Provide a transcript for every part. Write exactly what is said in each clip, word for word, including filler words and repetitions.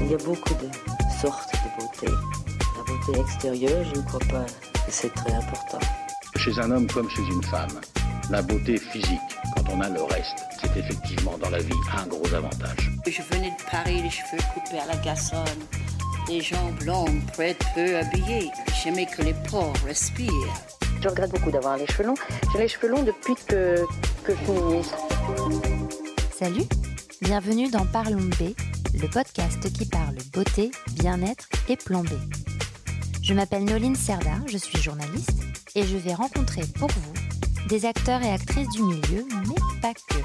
Il y a beaucoup de sortes de beauté. La beauté extérieure, je ne crois pas que c'est très important. Chez un homme comme chez une femme, la beauté physique, quand on a le reste, c'est effectivement dans la vie un gros avantage. Je venais de Paris, les cheveux coupés à la garçonne, les jambes longues, prêtes, peu habillées. J'aimais que les pores respirent. Je regrette beaucoup d'avoir les cheveux longs. J'ai les cheveux longs depuis que, que je suis ministre. Salut, bienvenue dans Parlons B, le podcast qui parle beauté, bien-être et plan B. Je m'appelle Noline Serda, je suis journaliste et je vais rencontrer pour vous des acteurs et actrices du milieu, mais pas que.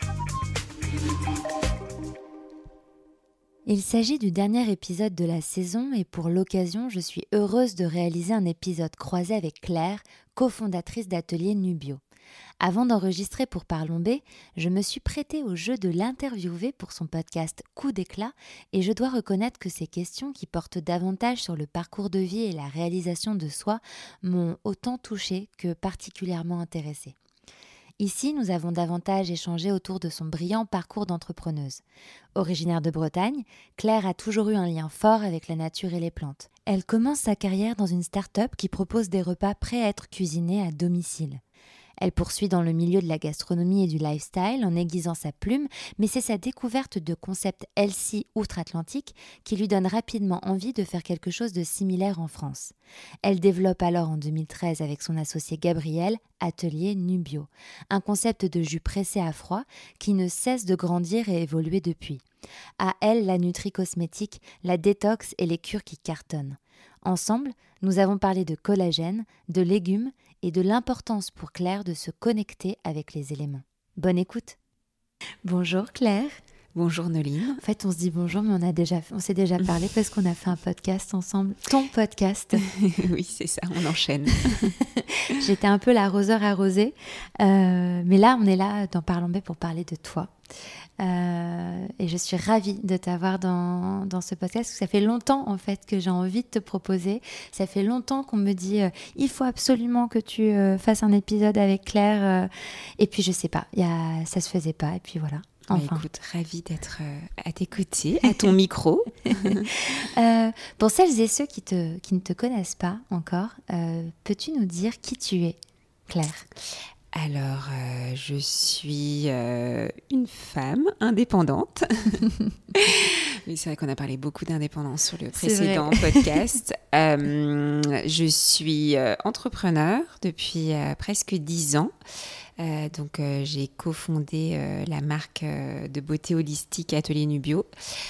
Il s'agit du dernier épisode de la saison et pour l'occasion, je suis heureuse de réaliser un épisode croisé avec Claire, cofondatrice d'Atelier Nubio. Avant d'enregistrer pour Parlons B, je me suis prêtée au jeu de l'interviewer pour son podcast Coup d'éclat et je dois reconnaître que ces questions qui portent davantage sur le parcours de vie et la réalisation de soi m'ont autant touchée que particulièrement intéressée. Ici, nous avons davantage échangé autour de son brillant parcours d'entrepreneuse. Originaire de Bretagne, Claire a toujours eu un lien fort avec la nature et les plantes. Elle commence sa carrière dans une start-up qui propose des repas prêts à être cuisinés à domicile. Elle poursuit dans le milieu de la gastronomie et du lifestyle en aiguisant sa plume, mais c'est sa découverte de concepts healthy outre-Atlantique qui lui donne rapidement envie de faire quelque chose de similaire en France. Elle développe alors en deux mille treize avec son associé Gabriel Atelier Nubio, un concept de jus pressé à froid qui ne cesse de grandir et évoluer depuis. À elle, la nutri-cosmétique, la détox et les cures qui cartonnent. Ensemble, nous avons parlé de collagène, de légumes et de l'importance pour Claire de se connecter avec les éléments. Bonne écoute. Bonjour Claire. Bonjour Noline. En fait, on se dit bonjour, mais on, a déjà, on s'est déjà parlé parce qu'on a fait un podcast ensemble. Ton podcast. Oui, c'est ça, on enchaîne. J'étais un peu l'arroseur arrosé, euh, mais là, on est là dans Parlons B pour parler de toi. Euh, et je suis ravie de t'avoir dans, dans ce podcast parce que ça fait longtemps en fait que j'ai envie de te proposer. Ça fait longtemps qu'on me dit euh, il faut absolument que tu euh, fasses un épisode avec Claire euh, et puis je sais pas, y a, ça se faisait pas et puis voilà. Enfin. Bah, écoute, ravie d'être euh, à t'écouter, à ton micro. euh, pour celles et ceux qui, te, qui ne te connaissent pas encore, euh, peux-tu nous dire qui tu es, Claire ? Alors, euh, je suis euh, une femme indépendante. Mais c'est vrai qu'on a parlé beaucoup d'indépendance sur le précédent podcast. euh, je suis euh, entrepreneur depuis euh, presque dix ans. Euh, donc, euh, j'ai cofondé euh, la marque euh, de beauté holistique Atelier Nubio.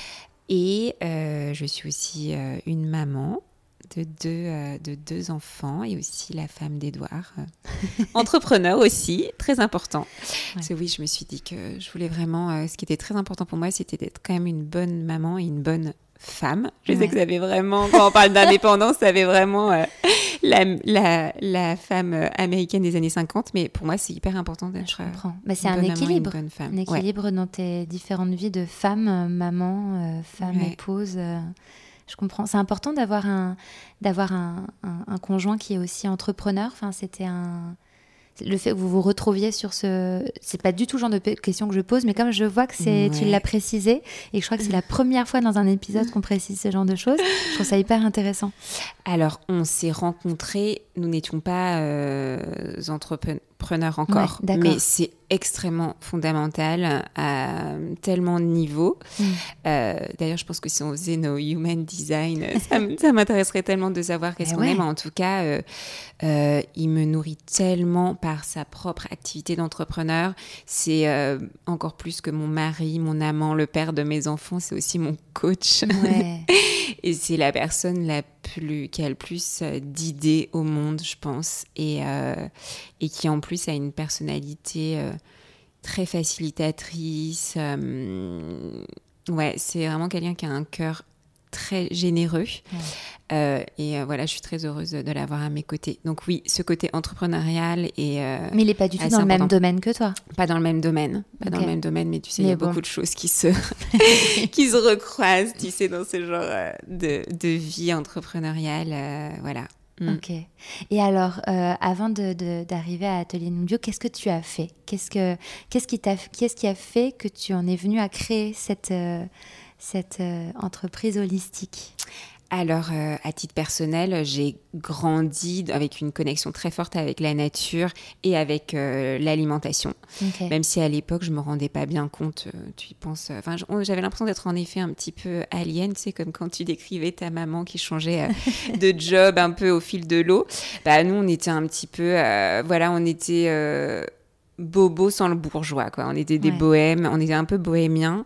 Et euh, je suis aussi euh, une maman. De deux, euh, de deux enfants et aussi la femme d'Édouard. Euh, entrepreneur aussi, très important. Ouais. Parce que oui, je me suis dit que je voulais vraiment... Euh, ce qui était très important pour moi, c'était d'être quand même une bonne maman et une bonne femme. Je ouais. sais que ça avait vraiment... Quand on parle d'indépendance, ça avait vraiment euh, la, la, la femme américaine des années cinquante. Mais pour moi, c'est hyper important d'être je comprends. Mais c'est une un bonne équilibre. maman et une bonne femme. Un équilibre ouais. dans tes différentes vies de femme, maman, euh, femme, ouais. épouse... Euh... Je comprends. C'est important d'avoir un, d'avoir un, un, un conjoint qui est aussi entrepreneur. Enfin, c'était un... Le fait que vous vous retrouviez sur ce... C'est pas du tout le genre de question que je pose, mais comme je vois que c'est... Ouais. Tu l'as précisé, et je crois que c'est la première fois dans un épisode qu'on précise ce genre de choses, je trouve ça hyper intéressant. Alors, on s'est rencontrés, nous n'étions pas euh, entrepreneurs encore, ouais, mais c'est extrêmement fondamental à tellement de niveaux. Mm. Euh, d'ailleurs, je pense que si on faisait nos human design, ça, ça m'intéresserait tellement de savoir qu'est-ce mais qu'on ouais. aime. En tout cas, euh, euh, il me nourrit tellement par sa propre activité d'entrepreneur. C'est euh, encore plus que mon mari, mon amant, le père de mes enfants, c'est aussi mon coach. Ouais. Et c'est la personne la plus, qui a le plus d'idées au monde, je pense, et, euh, et qui en plus a une personnalité euh, très facilitatrice. Euh, ouais, c'est vraiment quelqu'un qui a un cœur très généreux. Ouais. Euh, et euh, voilà, je suis très heureuse de, de l'avoir à mes côtés. Donc oui, ce côté entrepreneurial et euh, mais il n'est pas du tout dans le même domaine que toi. Pas dans le même domaine, pas okay. dans le même domaine, mais tu sais, il y a bon. beaucoup de choses qui se qui se recroisent, tu sais, dans ce genre euh, de de vie entrepreneuriale, euh, voilà. Mm. Ok. Et alors, euh, avant de, de, d'arriver à Atelier Nubio, qu'est-ce que tu as fait ? Qu'est-ce que qu'est-ce qui t'a qu'est-ce qui a fait que tu en es venue à créer cette euh, cette euh, entreprise holistique? Alors, euh, à titre personnel, j'ai grandi avec une connexion très forte avec la nature et avec euh, l'alimentation. Okay. Même si à l'époque, je ne me rendais pas bien compte, euh, tu y penses... Enfin, euh, j'avais l'impression d'être en effet un petit peu alien, tu sais, comme quand tu décrivais ta maman qui changeait euh, de job un peu au fil de l'eau. Bah, nous, on était un petit peu... Euh, voilà, on était... Euh, bobo sans le bourgeois, quoi. On était des ouais. bohèmes, on était un peu bohémiens,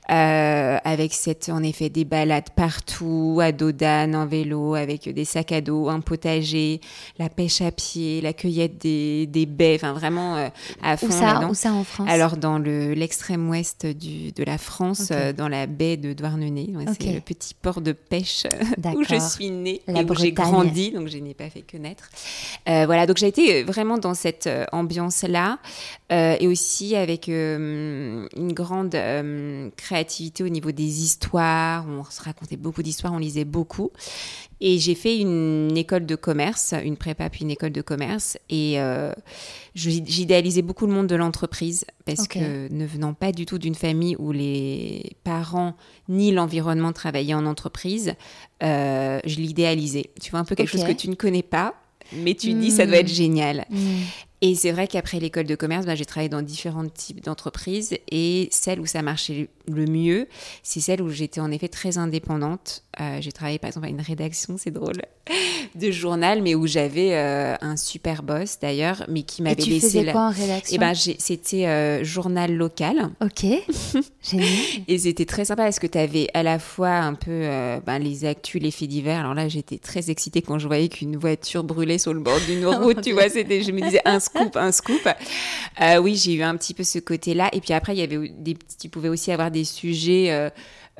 euh, avec cette, en effet, des balades partout, à dos d'âne, en vélo, avec des sacs à dos, un potager, la pêche à pied, la cueillette des, des baies, enfin vraiment euh, à fond. Où ça, où ça en France? Alors, dans le, l'extrême ouest du, de la France, okay. euh, dans la baie de Douarnenez. Ouais, okay. C'est le petit port de pêche où je suis née la et Bretagne. Où j'ai grandi, donc je n'ai pas fait que naître. Euh, voilà, donc j'ai été vraiment dans cette euh, ambiance-là. Euh, et aussi avec euh, une grande euh, créativité au niveau des histoires. On se racontait beaucoup d'histoires, on lisait beaucoup. Et j'ai fait une école de commerce, une prépa puis une école de commerce. Et euh, j'idéalisais beaucoup le monde de l'entreprise parce okay. que ne venant pas du tout d'une famille où les parents ni l'environnement travaillaient en entreprise, euh, je l'idéalisais. Tu vois, un peu quelque okay. chose que tu ne connais pas, mais tu mmh. dis ça doit être génial. Mmh. Et c'est vrai qu'après l'école de commerce, bah, j'ai travaillé dans différents types d'entreprises et celle où ça marchait le mieux, c'est celle où j'étais en effet très indépendante. Euh, j'ai travaillé par exemple à une rédaction, c'est drôle, de journal, mais où j'avais euh, un super boss d'ailleurs, mais qui m'avait laissé... Et tu faisais la... quoi en rédaction? Eh ben, j'ai... C'était euh, journal local. Ok, génial. Et c'était très sympa parce que tu avais à la fois un peu euh, ben, les actus, les faits divers. Alors là, j'étais très excitée quand je voyais qu'une voiture brûlait sur le bord d'une route, tu vois, c'était... je me disais un scoop, un scoop. Euh, oui, j'ai eu un petit peu ce côté-là. Et puis après, il y avait des... tu pouvais aussi avoir des sujets... Euh,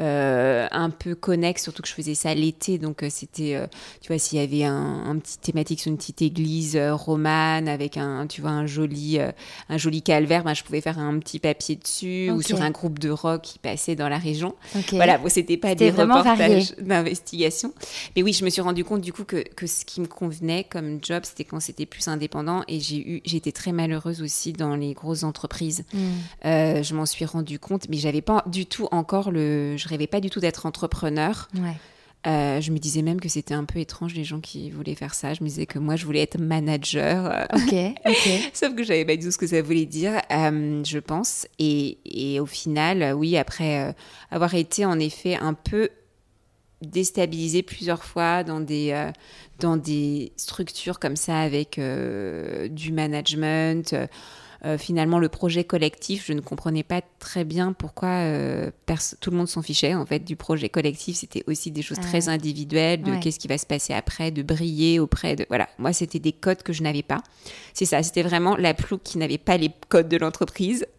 Euh, un peu connexes, surtout que je faisais ça l'été, donc euh, c'était, euh, tu vois, s'il y avait un, un petit thématique sur une petite église euh, romane avec un, tu vois, un joli, euh, un joli calvaire, ben, je pouvais faire un petit papier dessus, okay. ou sur un groupe de rock qui passait dans la région. Okay. Voilà, bon, c'était pas c'était des reportages varié. D'investigation, mais oui, je me suis rendu compte du coup que, que ce qui me convenait comme job, c'était quand c'était plus indépendant, et j'ai eu, j'ai été très malheureuse aussi dans les grosses entreprises. Mm. Euh, je m'en suis rendu compte, mais j'avais pas du tout encore le je rêvais pas du tout d'être entrepreneur. Ouais. Euh, je me disais même que c'était un peu étrange les gens qui voulaient faire ça. Je me disais que moi, je voulais être manager. Ok, ok. Sauf que je savais pas du tout ce que ça voulait dire, euh, je pense. Et, et au final, oui, après euh, avoir été en effet un peu déstabilisée plusieurs fois dans des, euh, dans des structures comme ça avec euh, du management... Euh, Euh, finalement, le projet collectif, je ne comprenais pas très bien pourquoi euh, pers- tout le monde s'en fichait. En fait, du projet collectif, c'était aussi des choses ah, très individuelles, de ouais. qu'est-ce qui va se passer après, de briller auprès de... Voilà, moi, c'était des codes que je n'avais pas. C'est ça, c'était vraiment la plouc qui n'avait pas les codes de l'entreprise.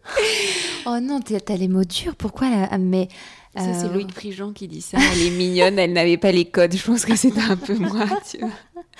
Oh non, t'as les mots durs, pourquoi là? Mais... Ça, euh... c'est Loïc Prigent qui dit ça. Elle est mignonne, elle n'avait pas les codes. Je pense que c'était un peu moi, tu vois.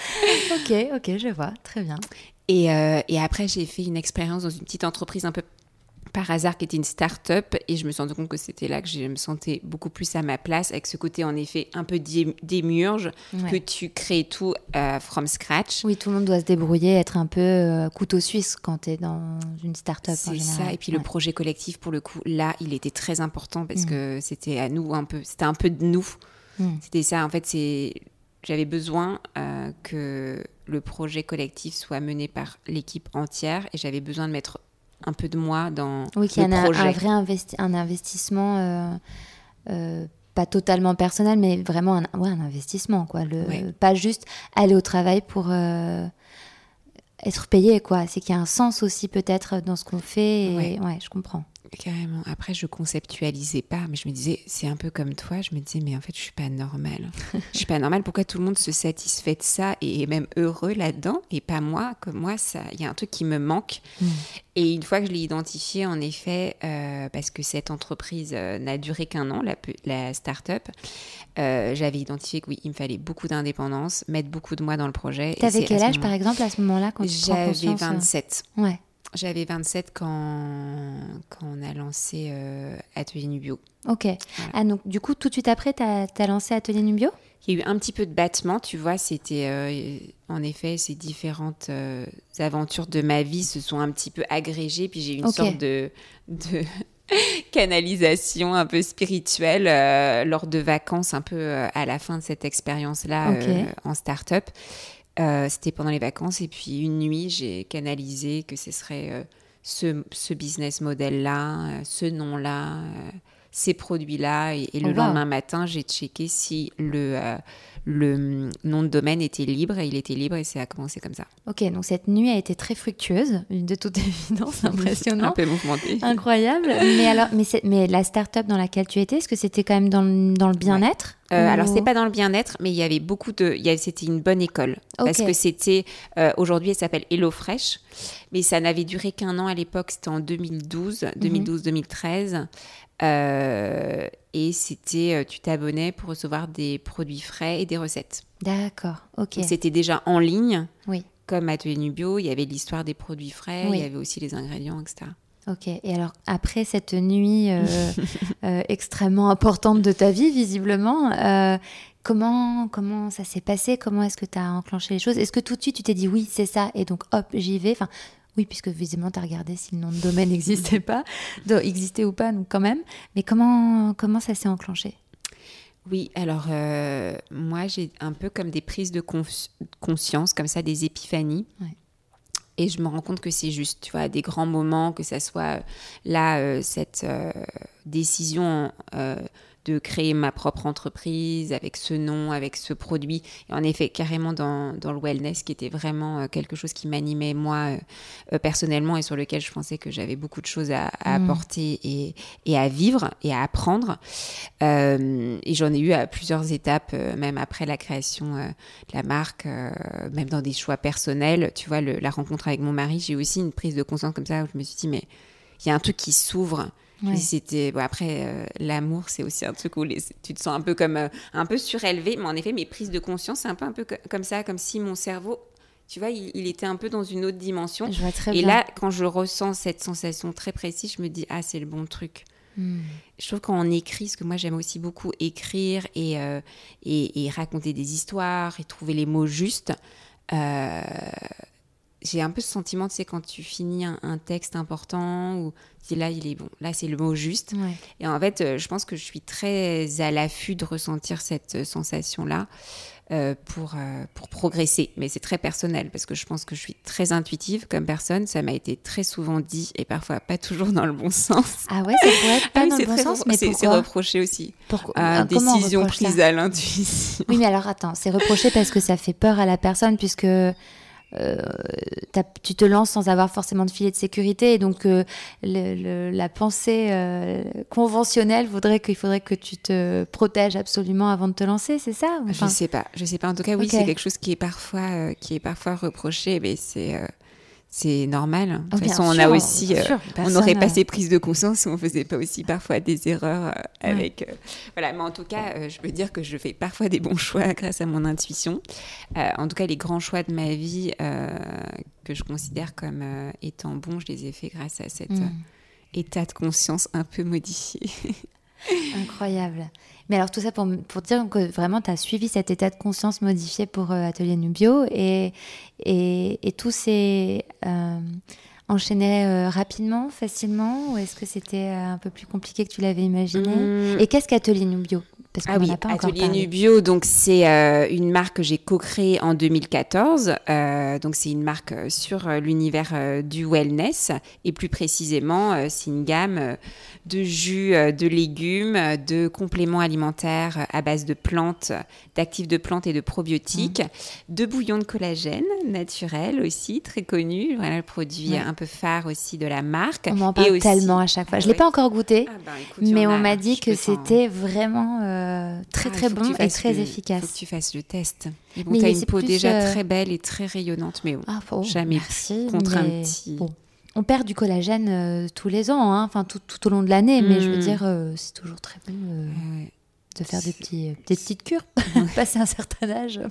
Ok, ok, je vois, très bien. Et, euh, et après, j'ai fait une expérience dans une petite entreprise un peu par hasard qui était une start-up, et je me suis rendu compte que c'était là que je me sentais beaucoup plus à ma place, avec ce côté en effet un peu dé- démiurge, ouais. que tu crées tout euh, from scratch. Oui, tout le monde doit se débrouiller, être un peu euh, couteau suisse quand tu es dans une start-up. C'est en général. Ça, et puis ouais. le projet collectif, pour le coup, là, il était très important parce mmh. que c'était à nous un peu, c'était un peu de nous. Mmh. C'était ça, en fait, c'est... J'avais besoin euh, que le projet collectif soit mené par l'équipe entière, et j'avais besoin de mettre un peu de moi dans oui, le qu'il y a projet. Un, un vrai investi- un investissement, euh, euh, pas totalement personnel, mais vraiment un, ouais, un investissement. Quoi. Le, ouais. Pas juste aller au travail pour euh, être payé. Quoi. C'est qu'il y a un sens aussi peut-être dans ce qu'on fait. Et, ouais. ouais, je comprends. Carrément. Après, je conceptualisais pas, mais je me disais, c'est un peu comme toi, je me disais, mais en fait, je suis pas normale. Je suis pas normale. Pourquoi tout le monde se satisfait de ça et est même heureux là-dedans, et pas moi? Comme moi, ça, il y a un truc qui me manque. Mm. Et une fois que je l'ai identifié, en effet, euh, parce que cette entreprise euh, n'a duré qu'un an, la, la start-up, euh, j'avais identifié que oui, il me fallait beaucoup d'indépendance, mettre beaucoup de moi dans le projet. T'avais quel âge, par exemple, à ce moment-là, quand tu prends conscience? J'avais vingt-sept. Euh... Ouais. J'avais vingt-sept quand, quand on a lancé euh, Atelier Nubio. Ok. Voilà. Ah, donc, du coup, tout de suite après, tu as lancé Atelier Nubio? Il y a eu un petit peu de battement, tu vois. C'était, euh, en effet, ces différentes euh, aventures de ma vie se sont un petit peu agrégées. Puis j'ai eu une okay. sorte de, de, canalisation un peu spirituelle euh, lors de vacances, un peu euh, à la fin de cette expérience-là okay. euh, en start-up. Euh, c'était pendant les vacances et puis une nuit, j'ai canalisé que ce serait euh, ce, ce business model-là, euh, ce nom-là, euh, ces produits-là. Et, et le oh, lendemain wow. matin, j'ai checké si le... Euh, le nom de domaine était libre et il était libre et ça a commencé comme ça. Ok, donc cette nuit a été très fructueuse, de toute évidence, impressionnant. Un peu mouvementé. Incroyable. Mais alors, mais, c'est, mais la start-up dans laquelle tu étais, est-ce que c'était quand même dans le, dans le bien-être ouais. euh, ou... Alors, c'était pas dans le bien-être, mais il y avait beaucoup de... Il y avait, c'était une bonne école. Okay. Parce que c'était... Euh, aujourd'hui, elle s'appelle HelloFresh, mais ça n'avait duré qu'un an à l'époque. C'était en deux mille douze, deux mille douze deux mille treize. Euh, et c'était, tu t'abonnais pour recevoir des produits frais et des recettes. D'accord, ok. Donc, c'était déjà en ligne, oui. comme Atelier Nubio, il y avait l'histoire des produits frais, oui. il y avait aussi les ingrédients, et cetera. Ok, et alors après cette nuit euh, euh, extrêmement importante de ta vie, visiblement, euh, comment, comment ça s'est passé ? Comment est-ce que tu as enclenché les choses ? Est-ce que tout de suite tu t'es dit oui, c'est ça, et donc hop, j'y vais ? Enfin, oui, puisque visiblement, tu as regardé si le nom de domaine n'existait pas, donc, existait ou pas, donc quand même. Mais comment, comment ça s'est enclenché ? Oui, alors euh, moi, j'ai un peu comme des prises de conf- conscience, comme ça, des épiphanies. Ouais. Et je me rends compte que c'est juste, tu vois, des grands moments, que ça soit là, euh, cette euh, décision euh, de créer ma propre entreprise avec ce nom, avec ce produit. Et en effet, carrément dans, dans le wellness, qui était vraiment euh, quelque chose qui m'animait moi euh, personnellement et sur lequel je pensais que j'avais beaucoup de choses à, à mmh. apporter et, et à vivre et à apprendre. Euh, et j'en ai eu à plusieurs étapes, euh, même après la création euh, de la marque, euh, même dans des choix personnels. Tu vois, le, la rencontre avec mon mari, j'ai eu aussi une prise de conscience comme ça où je me suis dit, mais il y a un truc qui s'ouvre. Ouais. C'était bon, après euh, l'amour, c'est aussi un truc où les, tu te sens un peu comme euh, un peu surélevé, mais en effet mes prises de conscience c'est un peu un peu co- comme ça, comme si mon cerveau, tu vois, il, il était un peu dans une autre dimension. Je vois très et bien. Là, quand je ressens cette sensation très précise, je me dis ah c'est le bon truc. Mm. Je trouve quand on écrit, parce que moi j'aime aussi beaucoup écrire et euh, et, et raconter des histoires et trouver les mots justes. Euh, j'ai un peu ce sentiment, tu sais, quand tu finis un, un texte important, ou tu dis là, il est bon, là, c'est le mot juste. Ouais. Et en fait, euh, je pense que je suis très à l'affût de ressentir cette sensation-là euh, pour, euh, pour progresser. Mais c'est très personnel, parce que je pense que je suis très intuitive comme personne. Ça m'a été très souvent dit, et parfois pas toujours dans le bon sens. Ah ouais, ça pourrait être pas ah, dans le bon sens, re- mais c'est, pourquoi ? C'est reproché aussi. Pourquoi euh, Décision prise à l'intuition. Oui, mais alors attends, c'est reproché parce que ça fait peur à la personne, puisque... Euh, tu te lances sans avoir forcément de filet de sécurité et donc euh, le, le, la pensée euh, conventionnelle voudrait qu'il faudrait que tu te protèges absolument avant de te lancer, c'est ça ? Enfin... Je sais pas, je sais pas. En tout cas, oui, okay. C'est quelque chose qui est parfois, euh, qui est parfois reproché, mais c'est... Euh... C'est normal. De toute oh, façon, on sûr, a aussi, euh, on n'aurait pas ces prises de conscience si on faisait pas aussi parfois des erreurs euh, avec. Ouais. Euh, voilà, mais en tout cas, euh, je peux dire que je fais parfois des bons choix grâce à mon intuition. Euh, en tout cas, les grands choix de ma vie euh, que je considère comme euh, étant bons, je les ai faits grâce à cet mm. euh, état de conscience un peu modifié. Incroyable. Mais alors tout ça pour, pour dire que vraiment tu as suivi cet état de conscience modifié pour euh, Atelier Nubio et, et, et tout s'est euh, enchaîné euh, rapidement, facilement, ou est-ce que c'était euh, un peu plus compliqué que tu l'avais imaginé ? mmh. Et qu'est-ce qu'Atelier Nubio ? Parce qu'on ah oui, a pas Atelier encore Nubio, donc c'est euh, une marque que j'ai co-créée en deux mille quatorze. Euh, donc c'est une marque sur euh, l'univers euh, du wellness et plus précisément, euh, c'est une gamme euh, de jus, euh, de légumes, euh, de compléments alimentaires à base de plantes, d'actifs de plantes et de probiotiques, mmh. de bouillons de collagène naturel aussi, très connu. Voilà le produit ouais. un peu phare aussi de la marque. On m'en parle et aussi... tellement à chaque fois. Je ne l'ai pas encore goûté, ah ben, écoute, mais on a, m'a dit que c'était vraiment... Euh, très ah, très bon et très le, efficace. Il faut que tu fasses le test. Et bon, tu as une peau déjà euh... très belle et très rayonnante, mais bon, ah, oh, jamais merci, contre mais... un petit... Bon. On perd du collagène euh, tous les ans, hein, enfin tout, tout au long de l'année, mmh. mais je veux dire, euh, c'est toujours très bon euh, ouais. te faire des, petits, des petites cures, passer un certain âge.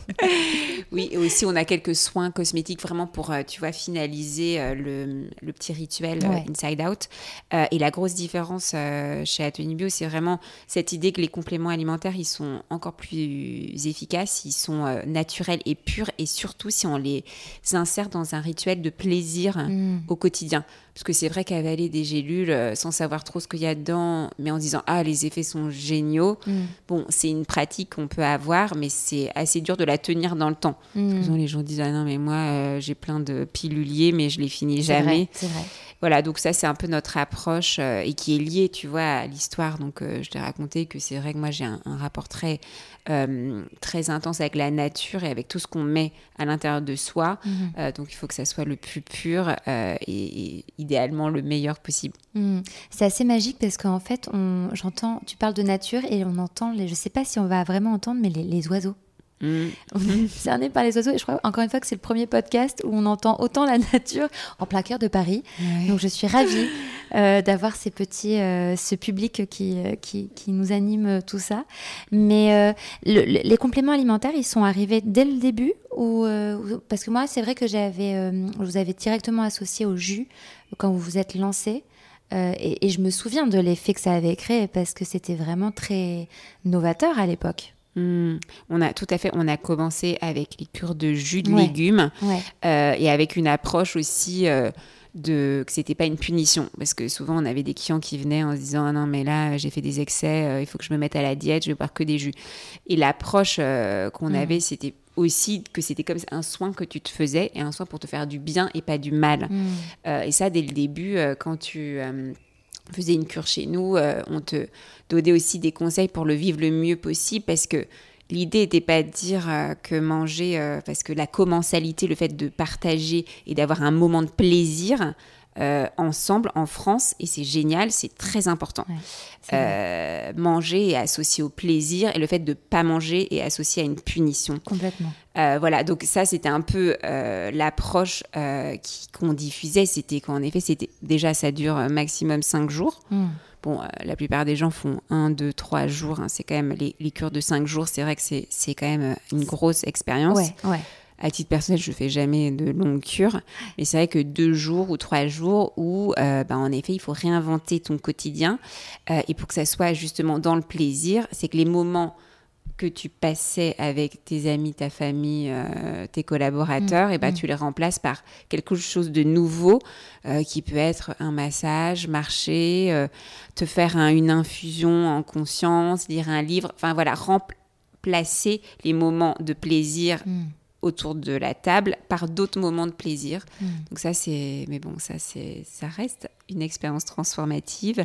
Oui, et aussi on a quelques soins cosmétiques vraiment pour, tu vois, finaliser euh, le, le petit rituel ouais. euh, Inside Out. Euh, et la grosse différence euh, chez Atelier Bio, c'est vraiment cette idée que les compléments alimentaires, ils sont encore plus efficaces, ils sont euh, naturels et purs, et surtout si on les insère dans un rituel de plaisir mmh. au quotidien. Parce que c'est vrai qu'avaler des gélules euh, sans savoir trop ce qu'il y a dedans, mais en disant « Ah, les effets sont géniaux mmh. », bon, c'est une pratique qu'on peut avoir, mais c'est assez dur de la tenir dans le temps. Mmh. Parce que souvent, les gens disent « Ah non, mais moi, euh, j'ai plein de piluliers, mais je les finis c'est jamais. » Vrai, c'est vrai. Voilà, donc ça, c'est un peu notre approche euh, et qui est liée, tu vois, à l'histoire. Donc, euh, je t'ai raconté que c'est vrai que moi, j'ai un, un rapport très, euh, très intense avec la nature et avec tout ce qu'on met à l'intérieur de soi. Mmh. Euh, donc, il faut que ça soit le plus pur euh, et, et idéalement le meilleur possible. Mmh. C'est assez magique parce qu'en fait, on, j'entends, tu parles de nature et on entend, les, je ne sais pas si on va vraiment entendre, mais les, les oiseaux. Mmh. On est cerné par les oiseaux et je crois encore une fois que c'est le premier podcast où on entend autant la nature en plein cœur de Paris. Ouais. Donc je suis ravie euh, d'avoir ces petits, euh, ce public qui, qui, qui nous anime tout ça. Mais euh, le, les compléments alimentaires, ils sont arrivés dès le début ou, euh, parce que moi c'est vrai que j'avais, euh, je vous avais directement associé au jus quand vous vous êtes lancé. Euh, et, et je me souviens de l'effet que ça avait créé parce que c'était vraiment très novateur à l'époque. Mmh. On a tout à fait. On a commencé avec les cures de jus de ouais. légumes ouais. euh, et avec une approche aussi euh, de que c'était pas une punition, parce que souvent on avait des clients qui venaient en se disant ah non mais là j'ai fait des excès, euh, il faut que je me mette à la diète, je vais boire que des jus. Et l'approche euh, qu'on mmh. avait, c'était aussi que c'était comme un soin que tu te faisais et un soin pour te faire du bien et pas du mal. Mmh. Euh, et ça dès le début, euh, quand tu euh, faisais une cure chez nous, euh, on te donnait aussi des conseils pour le vivre le mieux possible, parce que l'idée n'était pas de dire euh, que manger, euh, parce que la commensalité, le fait de partager et d'avoir un moment de plaisir euh, ensemble en France, et c'est génial, c'est très important. Ouais, c'est euh, manger est associé au plaisir, et le fait de ne pas manger est associé à une punition. Complètement. Euh, voilà, donc ça, c'était un peu euh, l'approche euh, qui, qu'on diffusait. C'était qu'en effet, c'était, déjà, ça dure maximum cinq jours. Mmh. Bon, euh, la plupart des gens font un, deux, trois jours. Hein, c'est quand même les, les cures de cinq jours. C'est vrai que c'est, c'est quand même une grosse expérience. Ouais, ouais. À titre personnel, je ne fais jamais de longues cures. Mais c'est vrai que deux jours ou trois jours où, euh, bah, en effet, il faut réinventer ton quotidien. Euh, et pour que ça soit justement dans le plaisir, c'est que les moments que tu passais avec tes amis, ta famille, euh, tes collaborateurs, mmh, et bah, mmh. tu les remplaces par quelque chose de nouveau euh, qui peut être un massage, marcher, euh, te faire un, une infusion en conscience, lire un livre, enfin voilà, remplacer les moments de plaisir mmh. autour de la table par d'autres moments de plaisir. Mmh. Donc ça, c'est... Mais bon, ça, c'est... ça reste une expérience transformative.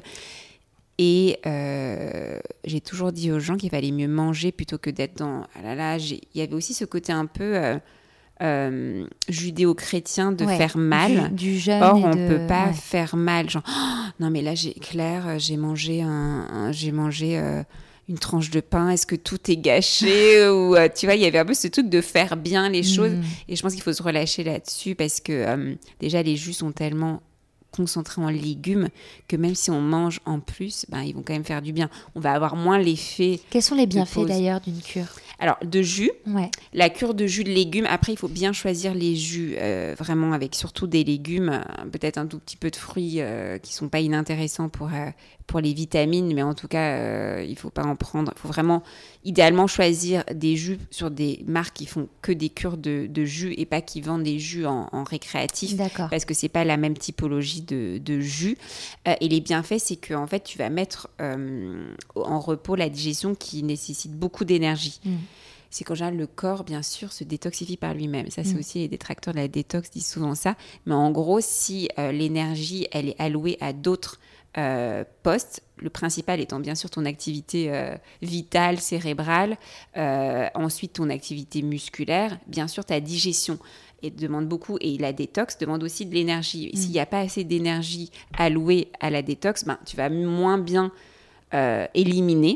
Et euh, j'ai toujours dit aux gens qu'il fallait mieux manger plutôt que d'être dans... Ah là là, j'ai... Il y avait aussi ce côté un peu euh, euh, judéo-chrétien de ouais, faire mal. Du, du jeûne. Or, et on de... ne peut pas ouais. faire mal. Genre, oh, non mais là, j'ai... Claire, j'ai mangé, un, un... j'ai mangé euh, une tranche de pain. Est-ce que tout est gâché? Ou euh, tu vois, il y avait un peu ce truc de faire bien les choses. Mmh. Et je pense qu'il faut se relâcher là-dessus parce que euh, déjà, les jus sont tellement... concentrés en légumes, que même si on mange en plus, ben, ils vont quand même faire du bien. On va avoir moins l'effet... Quels sont les bienfaits d'ailleurs d'une cure? Alors, de jus, ouais. la cure de jus de légumes, après, il faut bien choisir les jus, euh, vraiment avec surtout des légumes, euh, peut-être un tout petit peu de fruits euh, qui ne sont pas inintéressants pour, euh, pour les vitamines, mais en tout cas, euh, il ne faut pas en prendre. Il faut vraiment, idéalement, choisir des jus sur des marques qui font que des cures de, de jus et pas qui vendent des jus en, en récréatif. D'accord. Parce que ce n'est pas la même typologie de, de jus. Euh, et les bienfaits, c'est que en fait, tu vas mettre euh, en repos la digestion qui nécessite beaucoup d'énergie. Mmh. C'est qu'en général, le corps, bien sûr, se détoxifie par lui-même. Ça, c'est mmh. aussi les détracteurs de la détox disent souvent ça. Mais en gros, si euh, l'énergie, elle est allouée à d'autres euh, postes, le principal étant bien sûr ton activité euh, vitale, cérébrale, euh, ensuite ton activité musculaire, bien sûr ta digestion. Et demande beaucoup, et la détox demande aussi de l'énergie. Et mmh. s'il n'y a pas assez d'énergie allouée à la détox, ben, tu vas moins bien euh, éliminer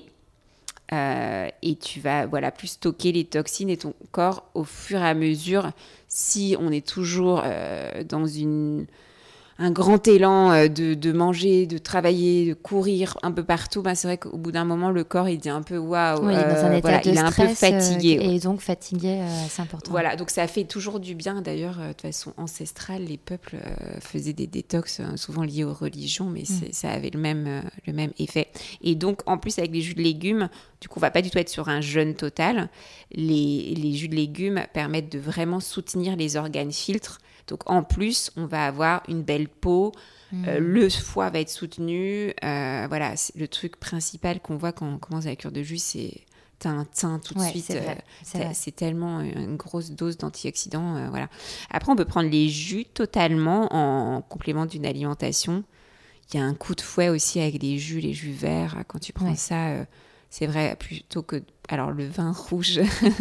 euh, et tu vas voilà, plus stocker les toxines, et ton corps, au fur et à mesure, si on est toujours euh, dans une, un grand élan de, de manger, de travailler, de courir un peu partout, ben c'est vrai qu'au bout d'un moment, le corps, il dit un peu waouh, oui, il est dans un état voilà, de il est stress, un peu fatigué. Euh, et donc fatigué, euh, c'est important. Voilà, donc ça fait toujours du bien. D'ailleurs, euh, de façon ancestrale, les peuples euh, faisaient des détox, euh, souvent liés aux religions, mais mm. ça avait le même, euh, le même effet. Et donc, en plus, avec les jus de légumes, du coup, on ne va pas du tout être sur un jeûne total. Les, les jus de légumes permettent de vraiment soutenir les organes filtres. Donc, en plus, on va avoir une belle peau. Mmh. Euh, le foie va être soutenu. Euh, voilà, c'est le truc principal qu'on voit quand on commence à la cure de jus, c'est t'as un teint tout de ouais, suite. C'est, vrai, c'est, euh, c'est tellement une grosse dose d'antioxydants. Euh, voilà. Après, on peut prendre les jus totalement en complément d'une alimentation. Il y a un coup de fouet aussi avec les jus, les jus verts. Quand tu prends ouais. ça, euh, c'est vrai, plutôt que... Alors, le vin rouge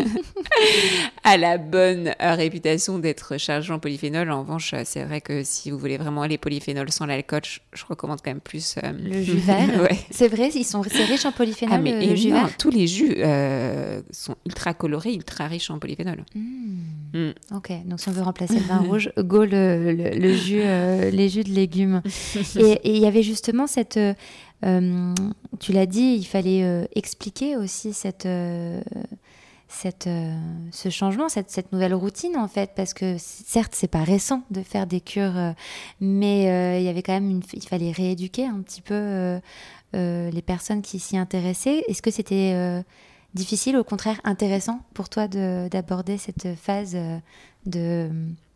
a la bonne euh, réputation d'être chargé en polyphénol. En revanche, c'est vrai que si vous voulez vraiment aller polyphénol sans l'alcool, je, je recommande quand même plus... Euh... Le jus vert ouais. C'est vrai, ils sont, c'est riche en polyphénol, ah, mais, le, le jus non, vert. Tous les jus euh, sont ultra colorés, ultra riches en polyphénol. Mmh. Mmh. Ok, donc si on veut remplacer le vin rouge, go le, le, le jus, euh, les jus de légumes. Et il y avait justement cette... Euh, Euh, tu l'as dit, il fallait euh, expliquer aussi cette, euh, cette, euh, ce changement, cette, cette nouvelle routine en fait, parce que certes c'est pas récent de faire des cures, euh, mais euh, il y avait quand même une, il fallait rééduquer un petit peu euh, euh, les personnes qui s'y intéressaient. Est-ce que c'était euh, difficile, au contraire intéressant pour toi de, d'aborder cette phase de,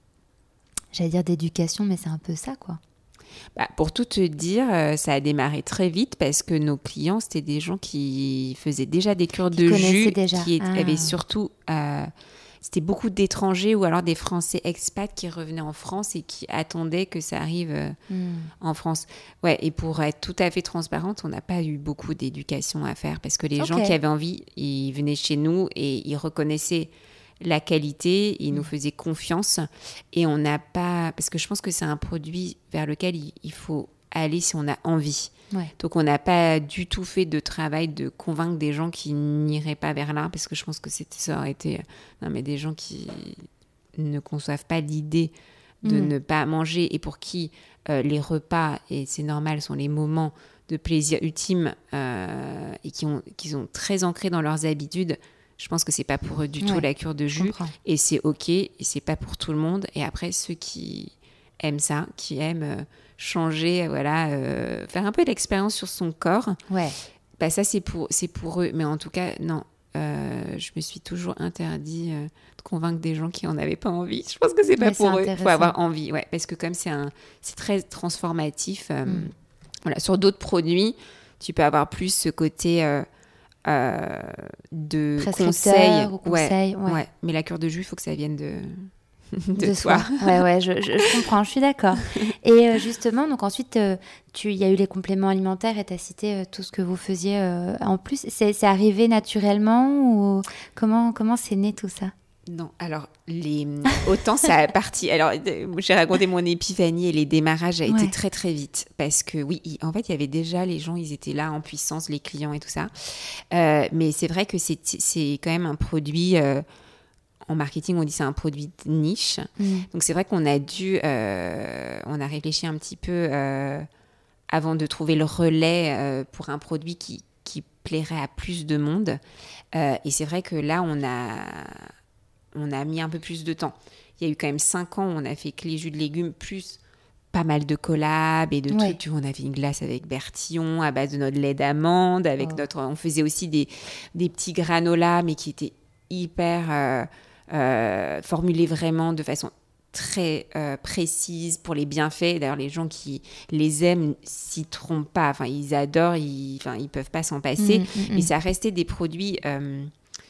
j'allais dire d'éducation, mais c'est un peu ça quoi. Bah, pour tout te dire, euh, ça a démarré très vite parce que nos clients, c'était des gens qui faisaient déjà des cures qui de jus, déjà. qui ah. avaient surtout... Euh, c'était beaucoup d'étrangers ou alors des Français expats qui revenaient en France et qui attendaient que ça arrive euh, mm. en France. Ouais, et pour être tout à fait transparente, on n'a pas eu beaucoup d'éducation à faire parce que les okay. gens qui avaient envie, ils venaient chez nous et ils reconnaissaient la qualité, ils nous faisaient confiance et on n'a pas... Parce que je pense que c'est un produit vers lequel il, il faut aller si on a envie. Ouais. Donc, on n'a pas du tout fait de travail de convaincre des gens qui n'iraient pas vers là parce que je pense que c'était, ça aurait été... Non, mais des gens qui ne conçoivent pas l'idée de mmh. ne pas manger et pour qui euh, les repas, et c'est normal, sont les moments de plaisir ultime euh, et qui, ont, qui sont très ancrés dans leurs habitudes. Je pense que c'est pas pour eux du tout ouais, la cure de jus et c'est ok et c'est pas pour tout le monde. Et après ceux qui aiment ça, qui aiment euh, changer, voilà, euh, faire un peu l'expérience sur son corps, ouais. bah ça c'est pour c'est pour eux. Mais en tout cas non, euh, je me suis toujours interdit euh, de convaincre des gens qui en avaient pas envie. Je pense que c'est pas ouais, pour c'est eux. Il faut avoir envie, ouais, parce que comme c'est un c'est très transformatif. Euh, mm. Voilà, sur d'autres produits, tu peux avoir plus ce côté euh, Euh, de conseils, ou conseil, ouais, ouais. ouais. Mais la cure de jus, il faut que ça vienne de, de, de toi. Soi. Ouais, ouais, je, je, je comprends, je suis d'accord. Et euh, justement, donc ensuite, euh, il y a eu les compléments alimentaires et tu as cité euh, tout ce que vous faisiez euh, en plus. C'est, c'est arrivé naturellement ou comment, comment c'est né tout ça ? Non, alors, les... autant ça a parti... Alors, j'ai raconté mon épiphanie et les démarrages a ouais. été très, très vite. Parce que, oui, il... en fait, il y avait déjà les gens, ils étaient là en puissance, les clients et tout ça. Euh, mais c'est vrai que c'est, c'est quand même un produit... Euh... En marketing, on dit c'est un produit de niche. Mmh. Donc, c'est vrai qu'on a dû... Euh... On a réfléchi un petit peu euh... avant de trouver le relais euh, pour un produit qui, qui plairait à plus de monde. Euh... Et c'est vrai que là, on a... on a mis un peu plus de temps. Il y a eu quand même cinq ans où on a fait que les jus de légumes, plus pas mal de collabs et de ouais. trucs. Tu vois, on avait une glace avec Bertillon à base de notre lait d'amande. Avec oh. notre, on faisait aussi des, des petits granolas, mais qui étaient hyper euh, euh, formulés vraiment de façon très euh, précise pour les bienfaits. D'ailleurs, les gens qui les aiment s'y trompent pas. Enfin, ils adorent, ils, enfin, ils peuvent pas s'en passer. Mmh, mmh, mais ça restait des produits... Euh,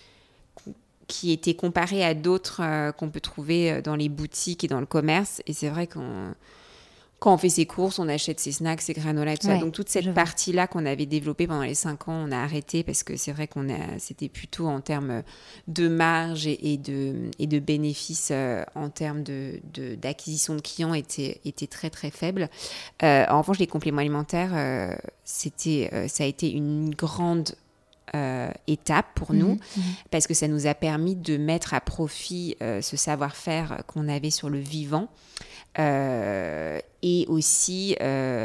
qui étaient comparés à d'autres euh, qu'on peut trouver dans les boutiques et dans le commerce. Et c'est vrai qu'on, quand on fait ses courses, on achète ses snacks, ses granolas et tout ouais, ça. Donc, toute cette partie-là qu'on avait développée pendant les cinq ans, on a arrêté parce que c'est vrai qu'on a, c'était plutôt en termes de marge et, et, de, et de bénéfices euh, en termes de, de, d'acquisition de clients était, était très, très faible. Euh, en revanche, les compléments alimentaires, euh, c'était, euh, ça a été une grande euh, étape pour mmh, nous, mmh. parce que ça nous a permis de mettre à profit euh, ce savoir-faire qu'on avait sur le vivant. Euh, et aussi euh,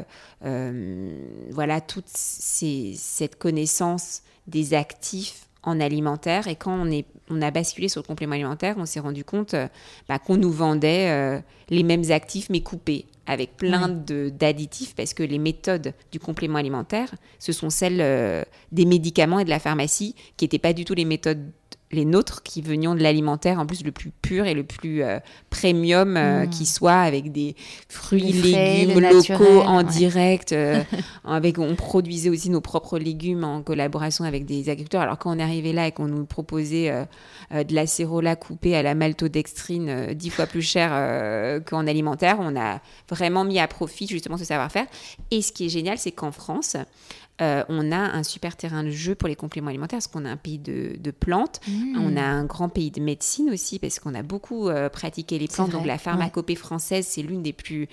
euh, voilà toute ces, cette connaissance des actifs en alimentaire. Et quand on, est, on a basculé sur le complément alimentaire, on s'est rendu compte euh, bah, qu'on nous vendait euh, les mêmes actifs mais coupés avec plein oui. de, d'additifs, parce que les méthodes du complément alimentaire, ce sont celles euh, des médicaments et de la pharmacie, qui n'étaient pas du tout les méthodes les nôtres, qui venions de l'alimentaire en plus le plus pur et le plus euh, premium euh, mmh. qui soit, avec des fruits, les frais, légumes locaux en ouais. direct. Euh, avec, on produisait aussi nos propres légumes en collaboration avec des agriculteurs. Alors quand on est arrivé là et qu'on nous proposait euh, euh, de l'acérola coupée à la maltodextrine euh, dix fois plus cher euh, qu'en alimentaire, on a vraiment mis à profit justement ce savoir-faire. Et ce qui est génial, c'est qu'en France, Euh, on a un super terrain de jeu pour les compléments alimentaires, parce qu'on a un pays de, de plantes, mmh. on a un grand pays de médecine aussi, parce qu'on a beaucoup euh, pratiqué les plantes, donc la pharmacopée ouais. française, c'est l'une des plus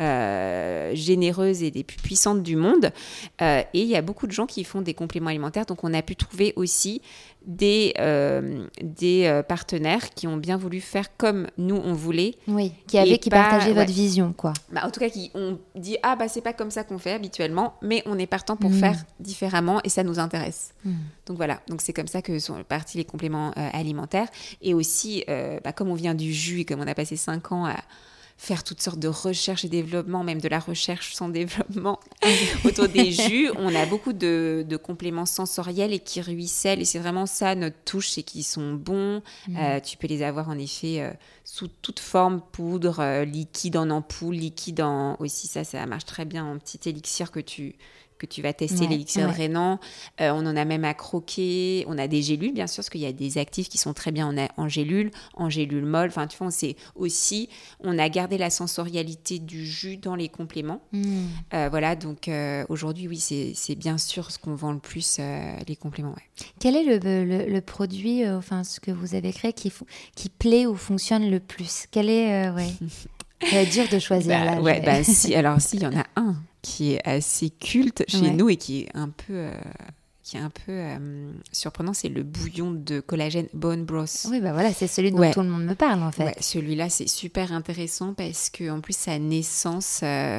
euh, généreuses et des plus puissantes du monde, euh, et il y a beaucoup de gens qui font des compléments alimentaires, donc on a pu trouver aussi des, euh, des euh, partenaires qui ont bien voulu faire comme nous on voulait. Oui, qui avaient, qui pas, partageaient ouais. votre vision, quoi. Bah, en tout cas, qui ont dit, ah bah c'est pas comme ça qu'on fait habituellement, mais on est partant pour mmh. faire différemment et ça nous intéresse. Mmh. Donc voilà, donc c'est comme ça que sont partis les compléments euh, alimentaires. Et aussi, euh, bah, comme on vient du jus et comme on a passé cinq ans à faire toutes sortes de recherches et développement, même de la recherche sans développement autour des jus. On a beaucoup de, de compléments sensoriels et qui ruissellent, et c'est vraiment ça notre touche, c'est qu'ils sont bons. Mmh. Euh, tu peux les avoir en effet euh, sous toute forme, poudre, euh, liquide en ampoule, liquide en... aussi, ça, ça marche très bien en petit élixir que tu... que tu vas tester, ouais, l'élixir ouais. drainant. Euh, on en a même à croquer. On a des gélules, bien sûr, parce qu'il y a des actifs qui sont très bien en, en gélules, en gélules molles. Enfin, tu vois, on sait aussi, on a gardé la sensorialité du jus dans les compléments. Mm. Euh, voilà, donc euh, aujourd'hui, oui, c'est, c'est bien sûr ce qu'on vend le plus, euh, les compléments. Ouais. Quel est le, le, le produit, euh, enfin, ce que vous avez créé, qui, qui plaît ou fonctionne le plus? Quel est, euh, ouais. C'est dur de choisir bah, là. Ouais, bah, si, alors, si, il y en a un qui est assez culte chez ouais. nous et qui est un peu, euh, qui est un peu euh, surprenant, c'est le bouillon de collagène Bone Broth. Oui, bah voilà, c'est celui dont ouais. tout le monde me parle en fait. Ouais, celui-là, c'est super intéressant parce qu'en plus, sa naissance euh,